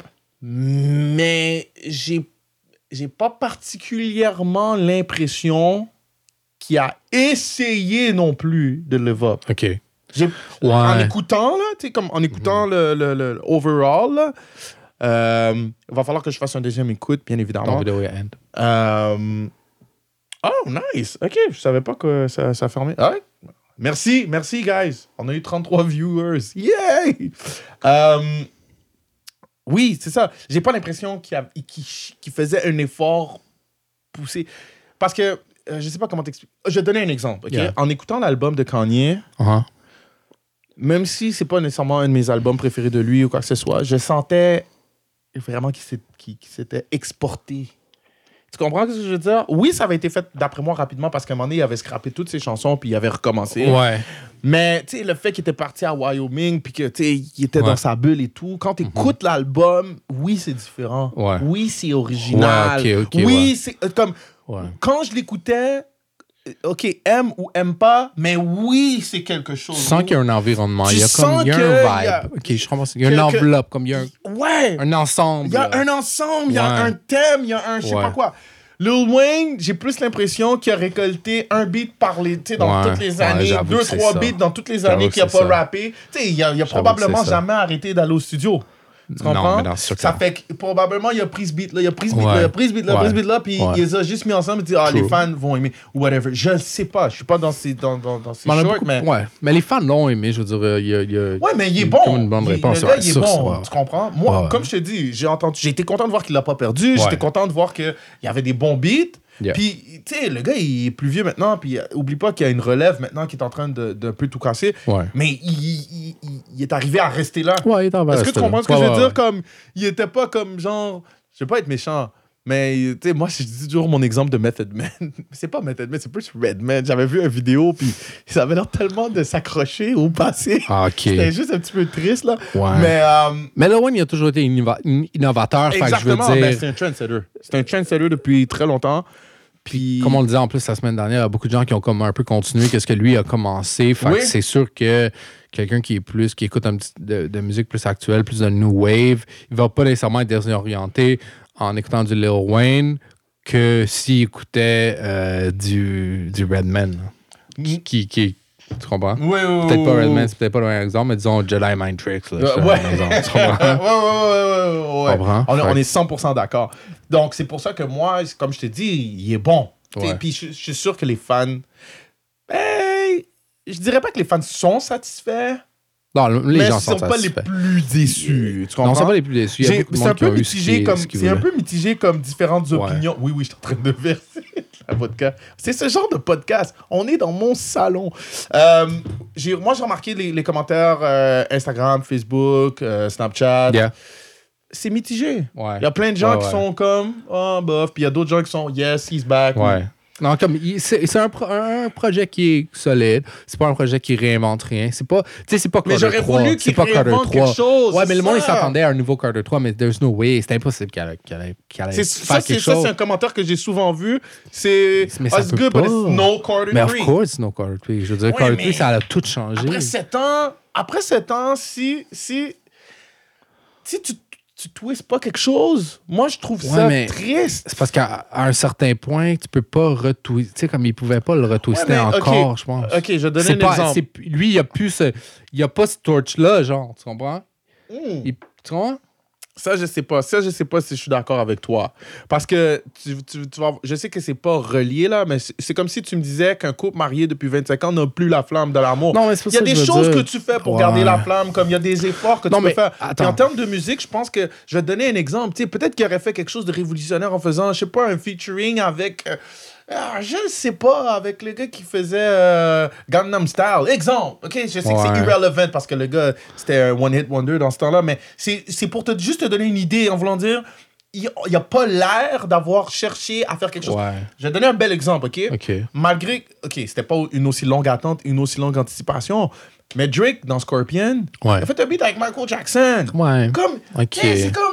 mais j'ai, j'ai pas particulièrement l'impression qu'il a essayé non plus de live up. OK. J'ai- Ouais. En écoutant, là, tu sais, comme en écoutant le, le, le, le overall, là, euh, il va falloir que je fasse un deuxième écoute, bien Ton évidemment. vidéo est end. Euh, Oh, nice. OK, je savais pas que ça, ça fermait. Ah ouais. Merci, merci, guys. On a eu trente-trois viewers. Yay! Euh, oui, c'est ça. J'ai pas l'impression qu'il, a- qu'il- qu'il faisait un effort poussé. Parce que, euh, je sais pas comment t'expliquer. Je vais te donner un exemple, OK? Yeah. En écoutant l'album de Kanye, Uh-huh. même si c'est pas nécessairement un de mes albums préférés de lui ou quoi que ce soit, je sentais vraiment qu'il, s'est- qu'il- qu'il s'était exporté. Tu comprends ce que je veux dire? Oui, ça avait été fait, d'après moi, rapidement, parce qu'à un moment donné, il avait scrappé toutes ses chansons, puis il avait recommencé. Ouais. Mais, tu sais, le fait qu'il était parti à Wyoming, puis que, tu sais, il était Ouais. dans sa bulle et tout, quand tu écoutes l'album, oui, c'est différent. Ouais. Oui, c'est original. Ouais, ok, ok, oui, ouais. c'est euh, comme... Ouais. Quand je l'écoutais, euh, OK, aime ou aime pas, mais oui, c'est quelque chose. Tu sens qu'il y a un environnement. Tu Il y a sens comme il y a que un il y vibe. a- OK, je comprends. Il y a une que- que- enveloppe, comme il y a un, Ouais! un ensemble. Il y a là. un ensemble, il y a Ouais. un thème, il y a un je sais Ouais. pas quoi. Lil Wayne, j'ai plus l'impression qu'il a récolté un beat par les, tu sais, dans Ouais. toutes les Ouais, années, j'avoue deux, que c'est trois ça. beats dans toutes les J'avoue années que qu'il a c'est pas ça. rappé. Tu sais, il a, il a J'avoue probablement que c'est ça. jamais arrêté d'aller au studio. Tu Non, comprends? mais non, c'est sûr que ça non. fait que probablement il a pris ce beat là, il a pris ce beat là, Ouais. il a pris ce beat là, il a pris ce beat là, puis Ouais. il les a juste mis ensemble et dit ah True. les fans vont aimer ou whatever. Je le sais pas, je suis pas dans ces dans dans, dans ces Mais on a shorts, beaucoup- mais ouais. Mais les fans l'ont aimé, je veux dire. euh, Il y a, il y a- ouais, mais il est il y a bon. comme une bonne Il- réponse. Le gars, ouais, il est sur ça, bon. ouais. Tu comprends? Moi, Ouais, ouais. comme je te dis, j'ai entendu, j'ai été content de voir qu'il l'a pas perdu. J'étais Ouais. content de voir qu'il y avait des bons beats. Yeah. Puis, tu sais, le gars, il est plus vieux maintenant. Puis, euh, oublie pas qu'il y a une relève maintenant qui est en train de, de un peu tout casser. Ouais. Mais il, il, il- il est arrivé à rester là. Ouais, il est en Est-ce que tu comprends ce que ouais, je veux ouais, dire? ouais. Comme, il était pas comme genre. Je vais pas être méchant. Mais, tu sais, moi, je dis toujours mon exemple de Method Man. C'est pas Method Man, c'est plus Redman. J'avais vu une vidéo, puis ça avait l'air tellement de s'accrocher au passé. Ah, OK. C'était juste un petit peu triste, là. Ouais. Mais, euh, Mais Lil Wayne, il a toujours été innova- in- innovateur. Fait que je exactement, veux ben, dire, c'est un trendsetter. C'est un trendsetter depuis très longtemps. Puis, comme on le disait en plus la semaine dernière, il y a beaucoup de gens qui ont comme un peu continué qu'est-ce que lui a commencé. Fait Oui. que c'est sûr que quelqu'un qui est plus, qui écoute un petit de, de musique plus actuelle, plus de new wave, il va pas nécessairement être désorienté en écoutant du Lil Wayne que s'il écoutait euh, du, du Redman. là. Qui, qui, qui- tu comprends? oui, oui, Peut-être pas oui, Redman, oui. c'est peut-être pas le même exemple, mais disons Jedi Mind Tricks. Là, Euh, c'est ouais. un exemple, tu ouais, comprends? ouais, ouais, ouais, ouais. Comprends? On, est- Fait on que- est cent pour cent d'accord. Donc, c'est pour ça que moi, comme je t'ai dit, il est bon. T'sais, Ouais. Puis, je, je suis sûr que les fans. Ben, je dirais pas que les fans sont satisfaits, Non, les mais gens ils sont sont pas les satisfaits. plus déçus. Tu comprends? Non, ils sont pas les plus déçus. Il y a J'ai- beaucoup de C'est monde un qui ont peu eu ce mitigé qu'ils- comme ce qu'ils c'est un voulaient. peu mitigé comme différentes Ouais. opinions. Oui, oui, je suis en train de verser la vodka. C'est ce genre de podcast. On est dans mon salon. Euh, j'ai, moi, j'ai remarqué les, les commentaires euh, Instagram, Facebook, euh, Snapchat. Yeah. C'est mitigé. Ouais. Il y a plein de gens Ouais, qui ouais. sont comme oh bof, puis il y a d'autres gens qui sont yes, he's back. Ouais. Non, comme il- c'est c'est un, pro- un projet qui est solide. C'est pas un projet qui réinvente rien. C'est pas, tu sais, c'est pas Mais Carter j'aurais trois. voulu C'est qu'il pas Carter réinvente trois. quelque chose, Ouais, c'est mais le monde il ça. s'attendait à un nouveau Carter trois, mais there's no way. C'est impossible qu'il allait, qu'il allait, qu'il allait C'est, faire ça, c'est, quelque ça, chose. c'est un commentaire que j'ai souvent vu. C'est Mais oh, ça it's peut good, pas. but it's no Carter mais of three. course, no Carter trois. Je veux dire, Ouais, Carter mais trois, ça a tout changé. Après sept ans, après sept ans, si, si, si tu, tu twists pas quelque chose, moi, je trouve Ouais, ça mais- triste. C'est parce qu'à à un certain point, tu peux pas retwister. Tu sais, comme il pouvait pas le retwister Ouais, mais, encore, ok. je pense. OK, je vais donner C'est un pas, exemple. c'est- lui, il a plus ce, il a pas ce torch-là, genre, tu comprends? Hmm. Il- tu comprends? Ça, je sais pas. Ça, je sais pas si je suis d'accord avec toi. Parce que tu, tu- tu vas, je sais que c'est pas relié, là, mais c'est, c'est comme si tu me disais qu'un couple marié depuis vingt-cinq ans n'a plus la flamme de l'amour. Non, mais c'est pour Il y a ça que des je veux choses dire. que tu fais pour Ouais. garder la flamme, comme il y a des efforts que Non, tu peux mais faire. attends. Puis en termes de musique, je pense que je vais te donner un exemple. Tu sais, peut-être qu'il aurait fait quelque chose de révolutionnaire en faisant, je sais pas, un featuring avec. euh, ah, je ne sais pas, avec le gars qui faisait euh, Gangnam Style. Exemple. OK, je sais que c'est Ouais. irrelevant parce que le gars, c'était un one-hit wonder dans ce temps-là, mais c'est, c'est pour te, juste te donner une idée en voulant dire. Il n'y a pas l'air d'avoir cherché à faire quelque chose. Ouais. Je vais donner un bel exemple, OK? OK. Malgré, OK, c'était pas une aussi longue attente, une aussi longue anticipation, mais Drake, dans Scorpion, Ouais. il a fait un beat avec Michael Jackson. Ouais. Comme, OK. hey, c'est comme,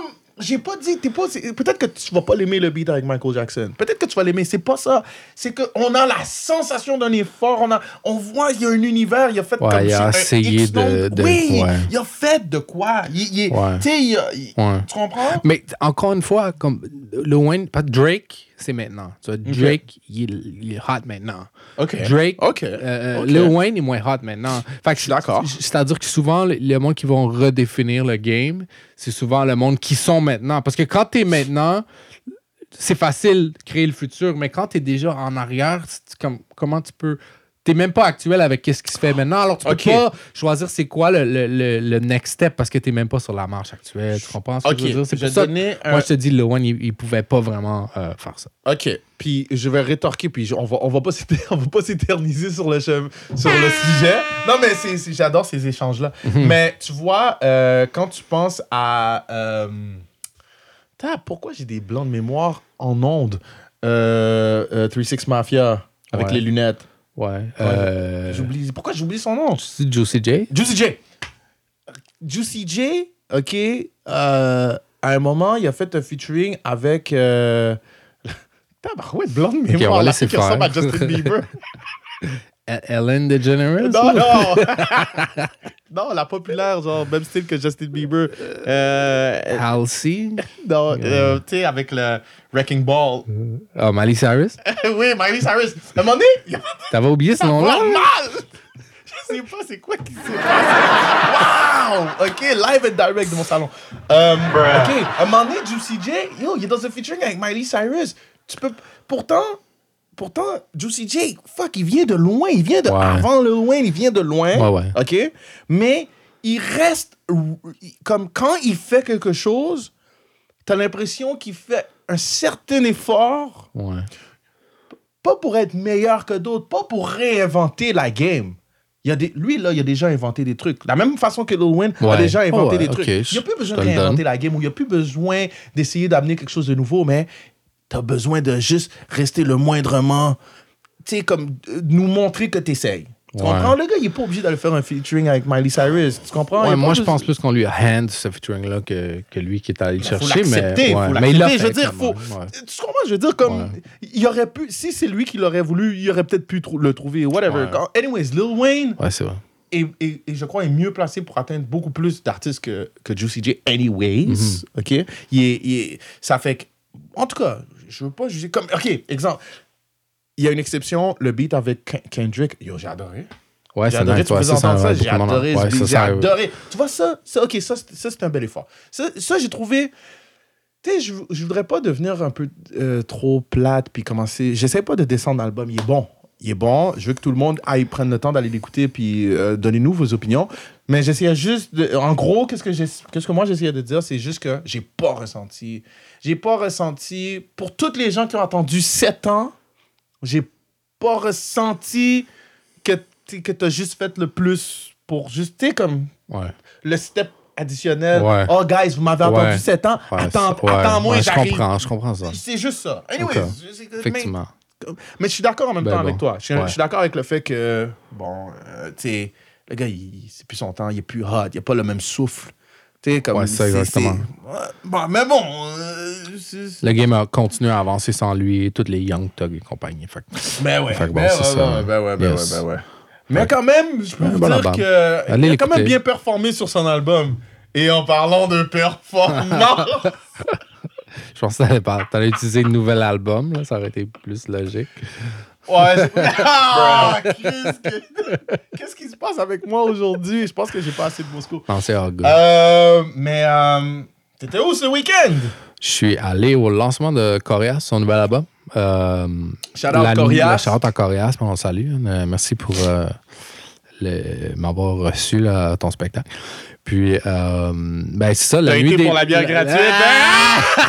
j'ai pas dit, t'es pas, c'est- peut-être que tu vas pas l'aimer le beat avec Michael Jackson. Peut-être que tu vas l'aimer. C'est pas ça. C'est qu'on a la sensation d'un effort. On, a, on voit, il y a un univers. Il a fait Ouais, comme il a si- un essayé X nombre- de- de- Oui, ouais. il a fait de quoi. Il, il- Ouais. Tu sais, il a- il- Ouais. tu comprends? Mais encore une fois, comme Lil Wayne, pas Drake, c'est maintenant. Tu vois, Drake, il, est- il est hot maintenant. OK. Drake, OK. euh, OK. Lil Wayne est moins hot maintenant. Fait que Je suis d'accord. C'est-à-dire que souvent, le, le monde qui vont redéfinir le game, c'est souvent le monde qui sont maintenant. Parce que quand t'es maintenant, c'est facile de créer le futur, mais quand t'es déjà en arrière, c'est comme, comment tu peux... T'es même pas actuel avec ce qui se fait maintenant, alors tu peux OK. pas choisir c'est quoi le, le, le, le next step parce que t'es même pas sur la marche actuelle. Tu comprends ce que OK. je veux dire? C'est Je pour vais ça que donner un- moi, je te dis, Lil Wayne, il, il pouvait pas vraiment euh, faire ça. OK. Puis je vais rétorquer, puis je- on va, on va pas s'éter- on va pas s'éterniser sur le, chemin- sur le sujet. Non, mais c'est, c'est- j'adore ces échanges-là. Mais tu vois, euh, quand tu penses à... Euh... Tain, pourquoi j'ai des blancs de mémoire en ondes? Euh, euh, trois six Mafia, avec Ouais. les lunettes. Ouais. Euh, J'oublie, pourquoi j'oublie son nom? c'est Juicy J? Juicy J. Juicy J, OK, euh, à un moment, il a fait un featuring avec... Euh... Tabarouette, blanc de on mémoire, va la laisser fille qui ressemble à faire. Justin Bieber. E- Ellen DeGeneres? Non, non! Non, la populaire, genre, même style que Justin Bieber. Euh, Halsey? non, euh, tu sais, avec le Wrecking Ball. Oh, Miley Cyrus? Oui, Miley Cyrus. À un moment donné, il y a T'avais oublié ce ça va nom-là? mal! Je sais pas, c'est quoi qui s'est passé. Wow! OK, live and direct de mon salon. Euh, OK, à un moment donné, Juicy J, yo, il est dans un featuring avec Miley Cyrus. Tu peux... Pourtant... Pourtant, Juicy J, fuck, il vient de loin. Il vient de Ouais. avant Lil Wayne, il vient de loin. Ouais, ouais. OK? Mais il reste... Comme quand il fait quelque chose, t'as l'impression qu'il fait un certain effort, Ouais. pas pour être meilleur que d'autres, pas pour réinventer la game. Il y a des, lui, là, il a déjà inventé des trucs. De la même façon que Lil Wayne a Ouais. déjà inventé Oh, ouais, des trucs. ok, Il n'y a plus je besoin te de le réinventer donne. la game ou il n'y a plus besoin d'essayer d'amener quelque chose de nouveau, mais tu as besoin de juste rester le moindrement, tu sais, comme euh, nous montrer que tu essayes. Tu Ouais. comprends? Le gars, il n'est pas obligé d'aller faire un featuring avec Miley Cyrus. Tu comprends? Il Ouais, a moi, pas je besoin- pense plus qu'on lui a hand ce featuring-là que, que lui qui est allé le Faut chercher. Mais, l'accepter, ouais. faut mais il l'a l'accepter. Je veux fait, dire, quand faut... même, ouais. Tu comprends? Je veux dire, comme... Ouais. Il aurait pu... Si c'est lui qui l'aurait voulu, il aurait peut-être pu trou- le trouver, whatever. Ouais. Quand- Anyways, Lil Wayne... Ouais, c'est vrai. Et, et, et je crois est mieux placé pour atteindre beaucoup plus d'artistes que, que Juicy J anyways. Mm-hmm. OK? Il est, il est- ça fait que... En tout cas, je veux pas juger comme... OK, exemple. Il y a une exception, le beat avec Ken- Kendrick. Yo, j'ai adoré. Ouais, J'ai c'est adoré, nice. tu Ouais, peux ça, entendre ça, ça, ouais, j'ai beaucoup de monde- adoré ce ouais, beat, ça, j'ai ça, adoré. Tu vois ça, ça OK, ça, c'est- ça c'est un bel effort. Ça, ça j'ai trouvé... Tu sais, je, je voudrais pas devenir un peu euh, trop plate puis commencer... J'essaie pas de descendre l'album, il est bon. Il est bon, je veux que tout le monde aille prendre le temps d'aller l'écouter puis euh, donnez-nous vos opinions. Mais j'essayais juste de... En gros, qu'est-ce que, j'ai, qu'est-ce que moi j'essayais de dire, c'est juste que j'ai pas ressenti... J'ai pas ressenti... Pour toutes les gens qui ont attendu sept ans, j'ai pas ressenti que, t'sais, que t'as juste fait le plus pour juste... Tu sais, comme Ouais. le step additionnel. Ouais. Oh, guys, vous m'avez Ouais. attendu sept ans. Ouais, Attends, c'est- ouais, attends-moi, ouais, je j'arrive. comprends, je comprends ça. C'est juste ça. Anyway, Ok. c'est- c'est- Effectivement. Mais, mais je suis d'accord en même Ben temps bon. avec toi. Je suis, Ouais. je suis d'accord avec le fait que, bon, euh, tu sais, le gars, il, c'est plus son temps, il est plus hot, il a pas le même souffle. Tu sais, comme. Ouais, c'est exactement. c'est- ouais, bon, mais bon. euh, c'est- Le game a continué à avancer sans lui, tous les Young Thug et compagnie. Fait que- Ben ouais. Fait que bon, ben, c'est ouais, ça. ouais, ben ouais, ben Yes. ouais, ben ouais. Mais Ouais. quand même, je peux Ouais, vous bon dire album. que Allez il a quand même l'écouter. bien performé sur son album. Et en parlant de performance. Je pense que t'allais, pas- t'allais utiliser le nouvel album, là, ça aurait été plus logique. Ouais. c'est- Ah, Chris, que- qu'est-ce qui se passe avec moi aujourd'hui? Je pense que j'ai pas assez de Moscou. Non, c'est all good. Euh, mais euh, t'étais où ce week-end? Je suis allé au lancement de Corias, son nouvel album. Euh, Shout out la nuit- Corias. la shout out à Corias, on salue. Euh, merci pour euh, le- m'avoir reçu là, à ton spectacle. Puis, euh, ben c'est ça, la T'as nuit été des... pour la bière gratuite, Ah!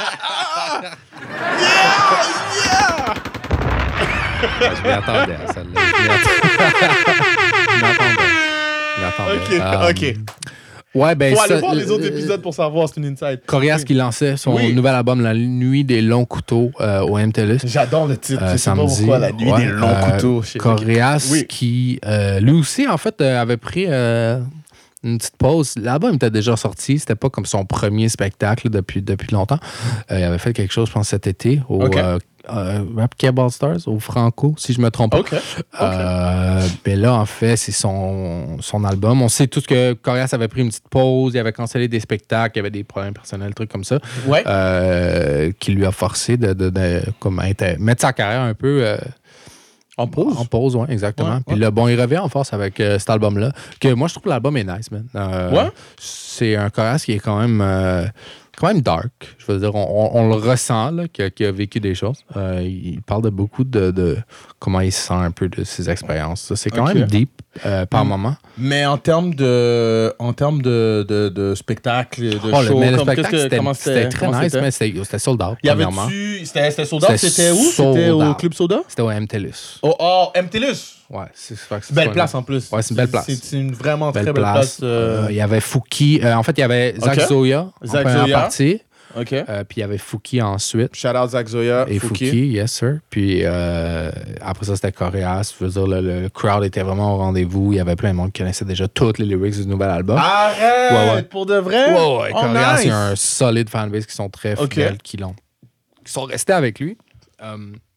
Je m'y attendais à celle-là. Je m'y attendais. Je m'y attendais. Je m'y attendais. Ok, Euh, ok. Ouais, ben Faut aller ça, voir les euh, autres épisodes pour savoir, c'est une insight. Corias Oui. qui lançait son Oui. nouvel album La Nuit des longs couteaux euh, au M T L S. J'adore le titre. Euh, je sais pas samedi. pourquoi, la nuit Ouais, des longs euh, couteaux. Je sais- Corias Oui. qui, euh, lui aussi, en fait, euh, avait pris euh, une petite pause. L'album était déjà sorti. C'était pas comme son premier spectacle depuis, depuis longtemps. Euh, il avait fait quelque chose, je pense, cet été au OK. euh, euh, Rap Cab All Stars, au Franco, si je me trompe pas. OK. Euh, mais là, en fait, c'est son, son album. On sait tous que Corias avait pris une petite pause, il avait cancellé des spectacles, il y avait des problèmes personnels, trucs comme ça, Ouais. euh, qui lui a forcé de, de, de comme inter- mettre sa carrière un peu euh, En pause? en pause, oui, exactement. Ouais, Puis ouais. là, bon, il revient en force avec euh, cet album-là. Que moi, je trouve que l'album est nice, man. Euh, Ouais? C'est un Corias qui est quand même, euh, quand même dark. Je veux dire, on, on- on le ressent, là, qu'il a, qu'il a vécu des choses. Euh, il parle de beaucoup de, de comment il se sent un peu de ses expériences. Ça, c'est quand Ok. même deep euh, par Mm. moment. Mais en termes de, en termes de, de, de spectacle, de Oh, le, show, mais le comme, spectacle, qu'est-ce que- c'était, comment c'était très comment nice, c'était? mais c'était, c'était sold out, Il y premièrement. avait-tu... C'était, c'était sold out? C'était C'était où? sold C'était au out. Club Soda? C'était au M T L U S. Oh, oh M T L U S! Ouais, c'est, c'est, c'est Belle pas- place en plus. Ouais, c'est une belle place. C'est, c'est une vraiment Belle très belle place. place. euh, Euh, il y avait Fouki. euh, en fait, il y avait Zach Ok. Zoya en Zach première Zoya. partie. OK. Euh, puis il y avait Fouki ensuite. Shout out Zach Zoya. Et Fouki, yes sir. Puis euh, après ça, c'était Corias. Je veux dire, le, le crowd était vraiment au rendez-vous. Il y avait plein de monde qui connaissait déjà toutes les lyrics du nouvel album. Arrête! Ouais, ouais. Pour de vrai? Ouais, ouais, Oh, Corias, nice. il y a un solide fanbase qui sont très Ok. fidèles, qui l'ont. Qui sont restés avec lui. Euh,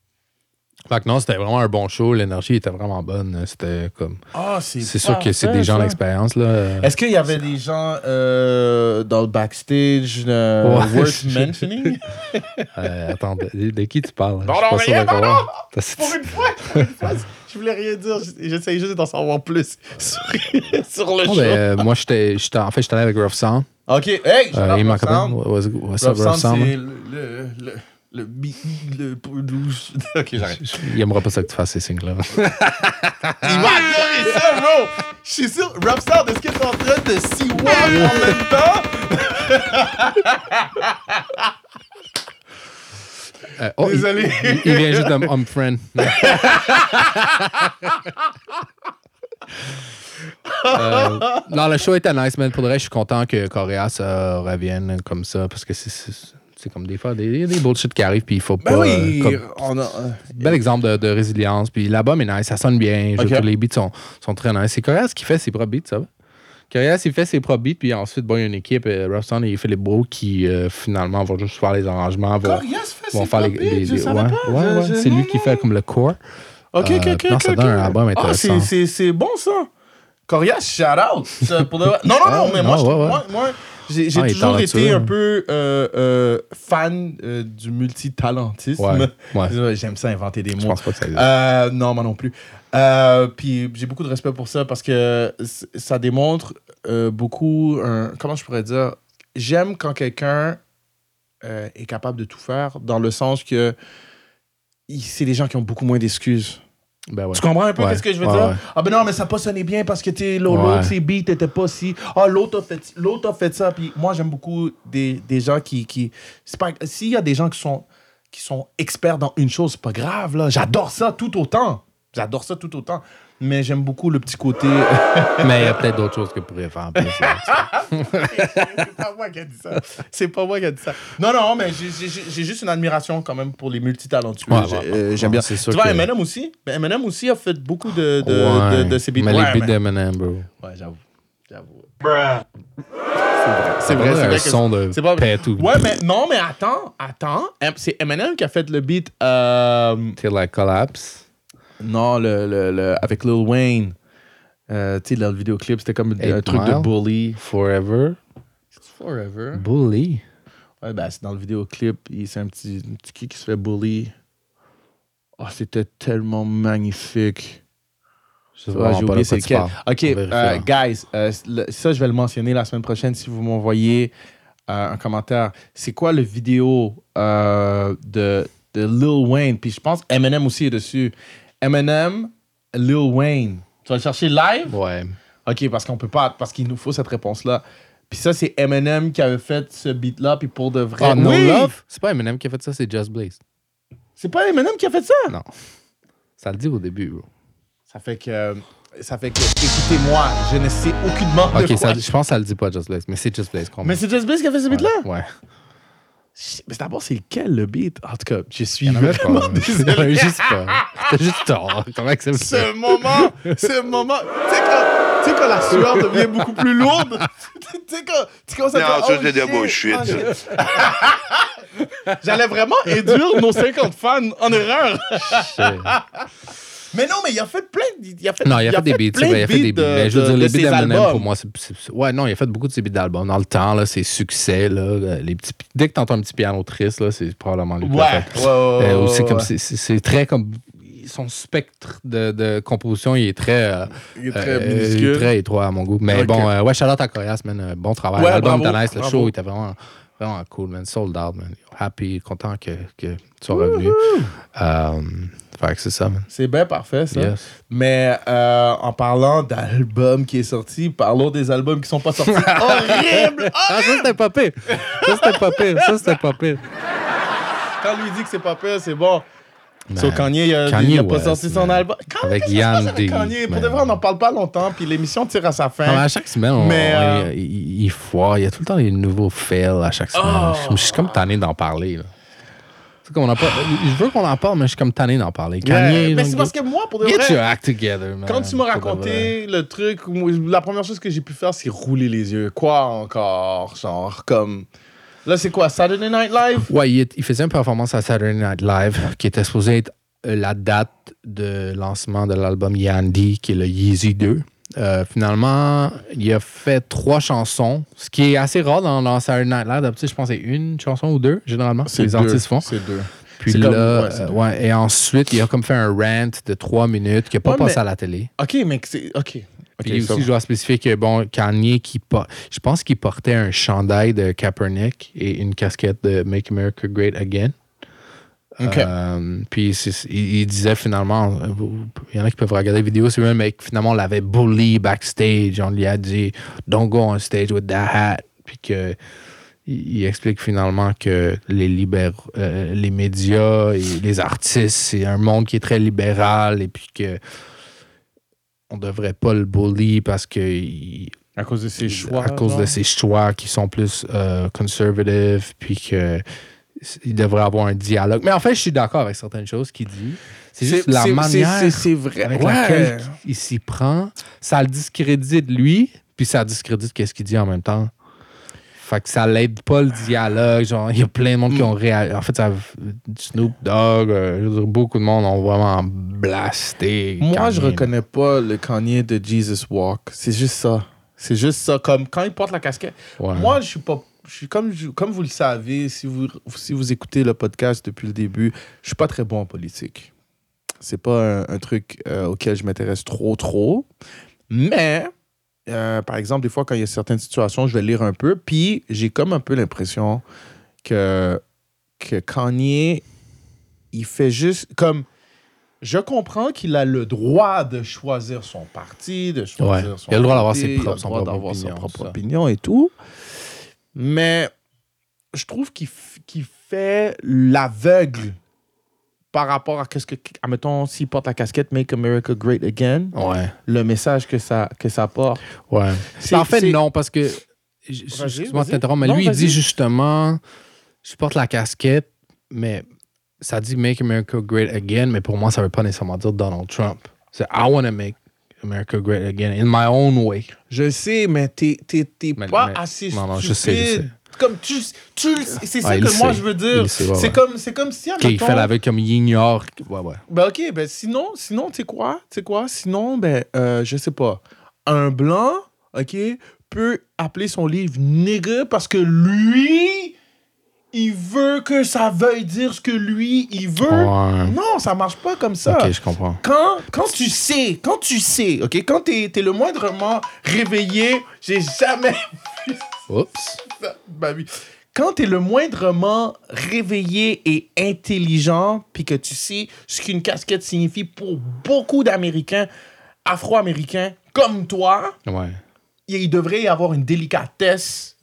fait que non, c'était vraiment un bon show. L'énergie était vraiment bonne. C'était comme. Ah, c'est C'est sûr que c'est parfait, des gens ça. d'expérience, là. Est-ce qu'il y avait des gens euh, dans le backstage euh, Ouais. worth mentioning? Euh, attends, de, de qui tu parles? Non, Je suis non, pas sûr rien, de non, quoi. non, T'as- c'est- Pour une fois, pour une fois, je voulais rien dire. J'essayais juste d'en savoir plus sur, sur le Oh, show. ben, euh, moi, j'étais, j'étais- en fait, j'étais allé avec Rough Sound. OK, hey, shout Euh, out et ma Rough copine. Sound. What's, what's up, Rough Rough Sound, Sound? c'est le... le, le le beat, le pour douche. OK, j'arrête. Il aimera pas ça que tu fasses ces signes-là. Il va adorer ça, bro! Je suis sûr, Rough Sound, est-ce que t'es en train de s'y walk en même temps? Euh, oh, Désolé. Il, il- il vient juste de Home Friend. Euh, non, le show était nice, man. Pour le reste, je suis content que Corias euh, revienne comme ça parce que c'est, c'est, c'est comme des fois des, des bullshit qui arrivent puis il faut pas. Ben oui, euh, comme- on a... bel exemple de, de résilience. Puis l'album est nice, ça sonne bien. Je Ok. trouve que les beats sont, sont très nice. C'est Corias qui fait ses propres beats, ça va? Corias, il fait ses propres beats, puis ensuite, bon, il y a une équipe, euh, Rough Sound et Philippe Bro, qui euh, finalement vont juste faire les arrangements. Vont, Corias fait vont ses faire les, propres les- beats, je les- savais ouais, pas. ouais, Je- ouais, je- c'est non, lui qui non. fait comme le core. OK, OK, Euh, OK, non, OK, ça donne OK. un album Ah, c'est, intéressant. c'est, c'est bon, ça. Corias, shout-out. Ça, pour de vrai. Non, non, non, Ah, mais moi, non, je- ouais, ouais. moi, moi, j'ai, j'ai Ah, il est toujours talentueux, été hein. un peu euh, euh, fan euh, du multitalentisme. Ouais, ouais. Ouais, j'aime ça, inventer des Je mots. pense pas que ça existe. Euh, non, moi non plus. Euh, puis j'ai beaucoup de respect pour ça parce que c- ça démontre euh, beaucoup un, comment je pourrais dire, j'aime quand quelqu'un euh, est capable de tout faire dans le sens que il- c'est des gens qui ont beaucoup moins d'excuses. Ben ouais. Tu comprends un peu Ouais, qu'est-ce que je veux ouais, dire? ouais. Ah ben non, mais ça n'a pas sonné bien parce que t'es, l'autre, Ouais. l'autre, ses beats n'étaient pas si... Ah, l'autre a fait, l'autre a fait ça. Puis moi, j'aime beaucoup des, des gens qui... qui c'est pas, s'il y a des gens qui sont, qui sont experts dans une chose, c'est pas grave, là. J'adore ça tout autant. J'adore ça tout autant. Mais j'aime beaucoup le petit côté... Mais il y a peut-être d'autres choses que vous pourriez faire en plus. là. c'est pas moi qui a dit ça. C'est pas moi qui a dit ça. Non, non, mais j'ai, j'ai, j'ai juste une admiration quand même pour les multitalentueux. Ouais, J'ai- ouais, euh, ouais. j'aime bien. C'est Tu sûr vois, que- Eminem aussi. Ben, Eminem aussi a fait beaucoup de, de, Ouais. de, de ses beats. Mais Ouais, les beats mais- d'Eminem, bro. Ouais, j'avoue. J'avoue. C'est C'est vrai, c'est vrai. un que son de c'est pas- pète ou Ouais, mais non, mais attends, attends. Em- C'est Eminem qui a fait le beat. Euh, Till I Collapse. non, le, le, le, avec Lil Wayne. Euh, tu sais, dans le vidéoclip, c'était comme un Eight truc de Mile. bully. Forever. Forever. Bully. Ouais, ben, c'est dans le vidéoclip. il- C'est un petit, un petit qui qui se fait bully. Oh, c'était tellement magnifique. Je sais Ouais, vraiment j'ai pas oublié de c'est quoi tu lequel. parles. OK, On vérifie, euh, là. guys, euh, le- ça, je vais le mentionner la semaine prochaine si vous m'envoyez euh, un commentaire. C'est quoi le vidéo euh, de, de Lil Wayne? Puis je pense Eminem aussi est dessus. Eminem, Lil Wayne. Tu vas le chercher live? Ouais. OK, parce qu'on peut pas, parce qu'il nous faut cette réponse-là. Puis ça, c'est Eminem qui avait fait ce beat-là, puis pour de vrai... Ah, No Oui! Love? C'est pas Eminem qui a fait ça, c'est Just Blaze. C'est pas Eminem qui a fait ça? Non. Ça le dit au début, bro. Ça fait que... Ça fait que, écoutez-moi, je ne sais aucunement de Ok, quoi... ça, je pense que ça le dit pas Just Blaze, mais c'est Just Blaze. qu'on- Mais c'est Just Blaze qui a fait ce beat-là? Ouais. Mais d'abord, c'est lequel le beat? En tout cas, je suis Il y en avait vraiment pas. Il y en désolé. avait juste pas. T'as juste tort. Comment que c'est Ce moment, ce moment. Tu sais, quand, tu sais, quand la sueur devient beaucoup plus lourde, tu sais, quand tu commences à Non, dire, ça, oh, c'est des shit, bullshit. oh, shit. J'allais vraiment induire nos cinquante fans en erreur. Mais non, mais il a fait plein de... Il a fait, Non, il a, fait, des beats. plein Il a de fait des beats beats. de, Mais je veux de- dire, de les ses beats d'Eminem, albums. pour moi, c'est, c'est- ouais, non, il a fait beaucoup de ses beats d'albums. Dans le temps, là, ses succès, là, les petits, dès que t'entends un petit piano triste, là, c'est probablement lui qui Ouais, l'a ouais, fait. ouais, Euh, ouais, aussi, ouais, comme ouais. c'est, c'est, c'est très comme son spectre de, de composition, il est très, euh, Il est très euh, minuscule. il est très étroit à mon goût. Mais Ok. bon, euh, ouais, shout-out à Corias, man, euh, bon travail. Ouais, L'album bravo, était nice, le bravo. show était vraiment, vraiment cool, man. Sold out, man. Happy, content que, que tu sois revenu. Euh, fait que c'est ça, man. C'est bien parfait, ça. Yes. Mais euh, en parlant d'album qui est sorti, parlons des albums qui sont pas sortis. Horrible! Ah, ça, c'était pas pire. Ça, c'était pas pire. Ça, c'était pas pire. Quand lui dit que c'est pas pire, c'est bon. Man. So, Kanye, il a, Kanye il a pas West, sorti son man. album. Quand- Avec qu'est-ce qui se Yann passe avec D, Kanye? Pour man. de vrai, on n'en parle pas longtemps, puis l'émission tire à sa fin. Non, mais à chaque semaine, on, Mais, on- euh, il, il, il foire. Il y a tout le temps des nouveaux fails à chaque semaine. Oh. Je, je suis comme tanné d'en parler. Là. Tu sais, comme on a pas, je veux qu'on en parle, mais je suis comme tanné d'en parler. Yeah. Kanye, Mais donc, c'est parce que moi, pour de get vrai, your act together, man. quand tu m'as Pour de vrai. raconté le truc, moi, la première chose que j'ai pu faire, c'est rouler les yeux. Quoi encore? Genre, comme... Là, c'est quoi? Saturday Night Live? Ouais, il, est- il faisait une performance à Saturday Night Live qui était supposée être euh, la date de lancement de l'album Yandy, qui est le Yeezy deux. Euh, finalement, il a fait trois chansons, ce qui est assez rare dans, dans Saturday Night Live. D'habitude, je pense que c'est une chanson ou deux, généralement, que les deux. artistes font. C'est deux. Puis C'est là, comme- ouais, ouais, c'est euh, deux. ouais, et ensuite, il a comme fait un rant de trois minutes qui n'a pas Ouais, passé mais- à la télé. OK, mais c'est... OK. Puis OK, aussi, ça- je dois spécifier que, bon, Kanye, qui por- je pense qu'il portait un chandail de Kaepernick et une casquette de Make America Great Again. OK. Euh, puis c'est- il, il disait finalement, euh, vous- il y en a qui peuvent regarder la vidéo, c'est même, mais finalement, on l'avait bully backstage. On lui a dit, don't go on stage with that hat. Puis que il, il explique finalement que les, libér- euh, les médias et les artistes, c'est un monde qui est très libéral et puis que on devrait pas le bully parce que il- À cause de ses choix. à cause genre. de ses choix qui sont plus euh, conservative, puis que il devrait avoir un dialogue. Mais en fait, je suis d'accord avec certaines choses qu'il dit. C'est juste la c'est- manière c'est- C'est vrai. avec Ouais. laquelle il s'y prend. Ça le discrédite lui, puis ça discrédite qu'est-ce qu'il dit en même temps. Fait que ça l'aide pas le dialogue. Genre, il y a plein de monde qui ont réagi. En fait, ça, Snoop Dogg, euh, je veux dire, beaucoup de monde ont vraiment blasté. Moi, Kanye, je là. reconnais pas le Kanye de Jesus Walk. C'est juste ça. C'est juste ça. Comme quand il porte la casquette. Ouais. Moi, je suis pas. Je suis comme, je- comme vous le savez, si vous, si vous écoutez le podcast depuis le début, je suis pas très bon en politique. C'est pas un, un truc euh, auquel je m'intéresse trop, trop. Mais, euh, par exemple, des fois, quand il y a certaines situations, je vais lire un peu. Puis, j'ai comme un peu l'impression que, que Kanye, il fait juste comme. Je comprends qu'il a le droit de choisir son parti, de choisir Ouais. son Il a le droit d'avoir parti, ses il a propres- le son droit propre d'avoir sa opinion, propre ça. opinion et tout. Mais je trouve qu'il f- qu'il fait l'aveugle par rapport à qu'est-ce que, admettons, s'il porte la casquette Make America Great Again, Ouais. le message que ça, que ça porte. Ouais. C'est- en fait, c'est- non, parce que. Vas-y, Excuse-moi de vas-y. t'interrompre, mais Non, lui, il vas-y. dit justement je porte la casquette, mais ça dit Make America Great Again, mais pour moi, ça veut pas nécessairement dire Donald Trump. C'est I want to make America Great Again in my own way. Je sais, mais t'es, t'es, t'es Mais- pas mais- assez non, non, stupide. je sais, je sais. Comme tu, tu le sais. C'est ça Ouais, il que le moi, sait. je veux Il dire. le sait, ouais, c'est, ouais. comme, c'est comme si, OK, il admettons- fait avec comme il ignore. Ouais, ouais. Ben ok, ben sinon, sinon tu sais quoi? Tu sais quoi? Sinon, ben, euh, je sais pas. Un blanc, ok, peut appeler son livre nigga parce que lui, il veut que ça veuille dire ce que lui, il veut. Ouais. Non, ça marche pas comme ça. OK, je comprends. Quand, quand tu sais, quand tu sais, ok, quand t'es, t'es le moindrement réveillé, j'ai jamais Oups. bah oui. Quand t'es le moindrement réveillé et intelligent, puis que tu sais ce qu'une casquette signifie pour beaucoup d'Américains, Afro-Américains comme toi, Ouais. il devrait y avoir une délicatesse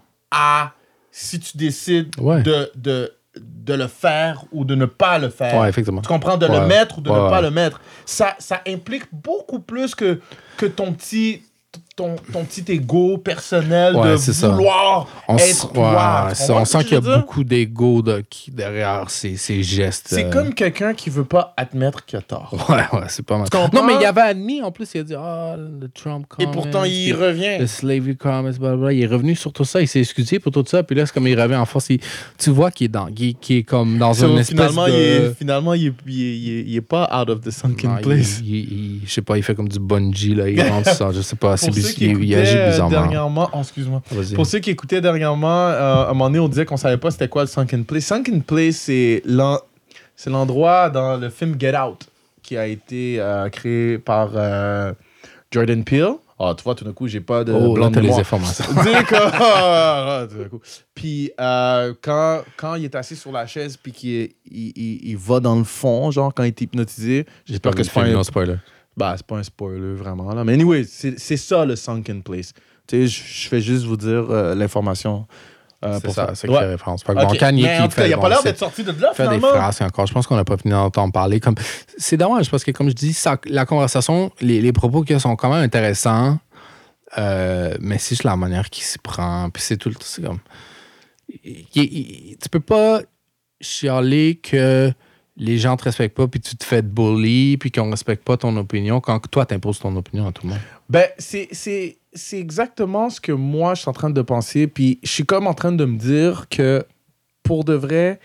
à si tu décides Ouais. de, de, de le faire ou de ne pas le faire. Ouais, effectivement. Tu comprends? De Ouais. le mettre ou de Ouais, ne pas ouais. le mettre. Ça, ça implique beaucoup plus que, que ton petit... ton, ton petit ego personnel Ouais, de c'est ça. vouloir On, s- être ouais, toi. ouais, Tu ça, comprends on ce sent que qu'il y a je veux dire? beaucoup d'ego de, qui, derrière ces, ces gestes. C'est euh. comme quelqu'un qui veut pas admettre qu'il a tort. Ouais, ouais, c'est pas mal. Tu comprends? Non, mais il y avait admis, en plus, il a dit, ah, le Trump Et comments, pourtant, il puis revient. le slavery comments, blablabla. Il est revenu sur tout ça, il s'est excusé pour tout ça, puis là, c'est comme il revient en force. Il- tu vois qu'il est, dans, qu'il, qu'il est comme dans So, une espèce finalement, de... il est, finalement il, est, il, est, il, est, il est pas out of the sunken Non, il- place. il- il- je sais pas, il fait comme du bungee, là, il rentre ça, je sais pas, c'est Pour ceux bizarre, qui il, il agit écoutaient euh, bizarrement. dernièrement... Oh, excuse-moi. Vas-y. Pour ceux qui écoutaient dernièrement, euh, à un moment donné, on disait qu'on savait pas c'était quoi le sunken place. Sunken place, c'est, l'en... c'est l'endroit dans le film Get Out qui a été euh, créé par euh, Jordan Peele. Ah, tu vois, tout d'un coup, j'ai pas de Oh, blanc là, de t'as les mémoire. informations. Dis que- ah, ah, tout d'un coup. Puis euh, quand, quand il est assis sur la chaise puis qu'il est- il, il, il va dans le fond, genre quand il est hypnotisé, j'espère que c'est pas un... No spoiler. Bah, c'est pas un spoiler vraiment là. Mais anyway, c'est, c'est ça le sunken place. Tu sais, je je fais juste vous dire euh, l'information. euh, C'est pour ça, ça. c'est Ouais. la référence. Fait que Ok. bon, Kanye Mais qui en tout cas, fait- il a bon, pas l'air c'est- d'être sorti de là faire des finalement. phrases encore. Je pense qu'on n'a pas fini d'entendre parler. Comme... C'est dommage parce que, comme je dis, ça, la conversation, les, les propos qui sont quand même intéressants, euh, mais c'est juste la manière qu'il s'y prend. Puis c'est tout le c'est comme. Il- il- tu peux pas chialer que les gens te respectent pas, puis tu te fais bully, puis qu'on respecte pas ton opinion quand toi, t'imposes ton opinion à tout le monde. Ben, c'est, c'est, c'est exactement ce que moi, je suis en train de penser. Puis je suis comme en train de me dire que, pour de vrai,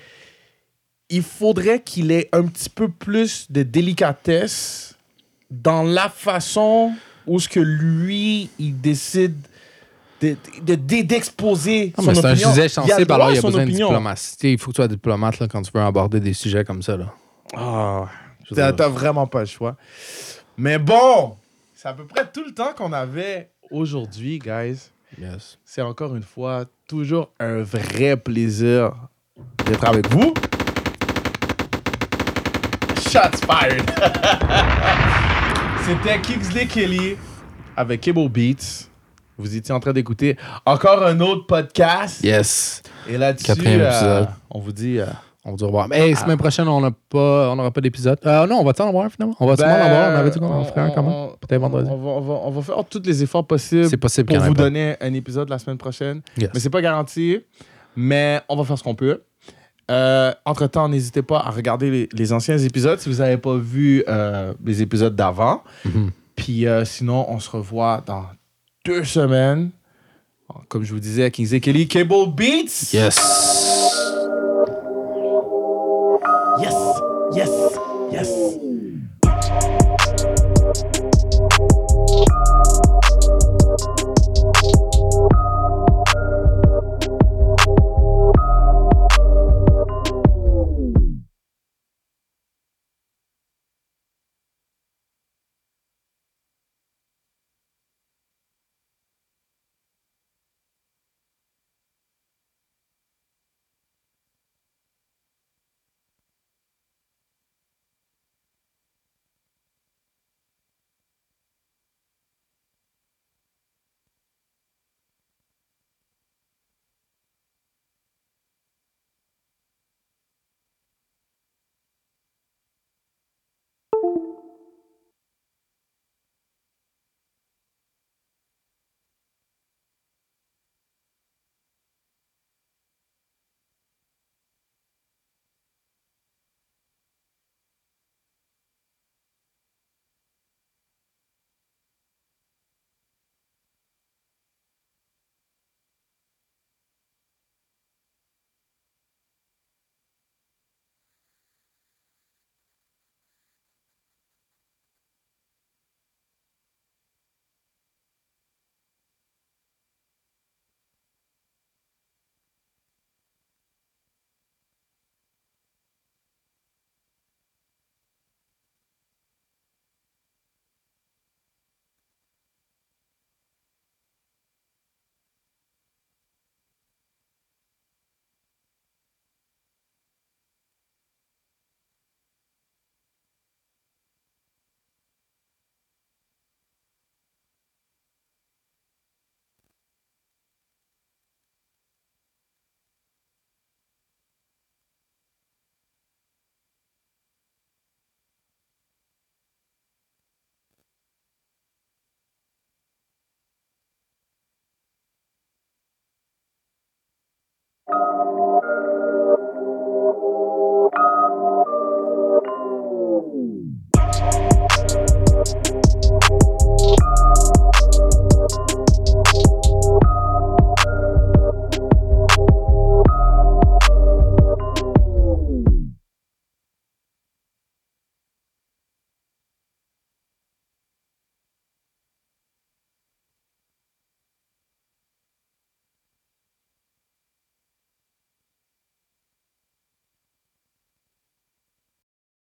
il faudrait qu'il ait un petit peu plus de délicatesse dans la façon où ce que lui, il décide de, de, de- d'exposer Non, son mais c'est un opinion. sujet Il a sensible, le droit alors à il y a son besoin de opinion. diplomatie. Tu sais, il faut que tu sois diplomate là, quand tu veux aborder des sujets comme ça. Là. Ah, Je veux t'as, dire- t'as vraiment pas le choix. Mais bon, c'est à peu près tout le temps qu'on avait aujourd'hui, guys. Yes. C'est encore une fois toujours un vrai plaisir d'être avec vous. Shots fired! C'était Kingsley Kelly avec Kebo Beats. Vous étiez en train d'écouter encore un autre podcast. Yes. Et là-dessus, Quatrième euh, épisode. on vous dit... euh, On va dire au revoir. Mais hey, semaine prochaine, on n'a pas, on n'aura pas d'épisode. Euh, non, on va-tu en avoir finalement? On va sûrement en avoir. On avait dit qu'on en ferait un quand même. Peut-être vendredi. On va, on, va, on va faire tous les efforts possibles C'est possible pour qu'il y en ait vous pas. donner un épisode la semaine prochaine. Yes. Mais c'est pas garanti. Mais on va faire ce qu'on peut. Euh, entre-temps, n'hésitez pas à regarder les, les anciens épisodes si vous n'avez pas vu euh, les épisodes d'avant. Mhm. Puis euh, sinon, on se revoit dans deux semaines. Comme je vous disais, Kingsley Kelly, Cable Beats. Yes. Yes, yes, yes. Thank you.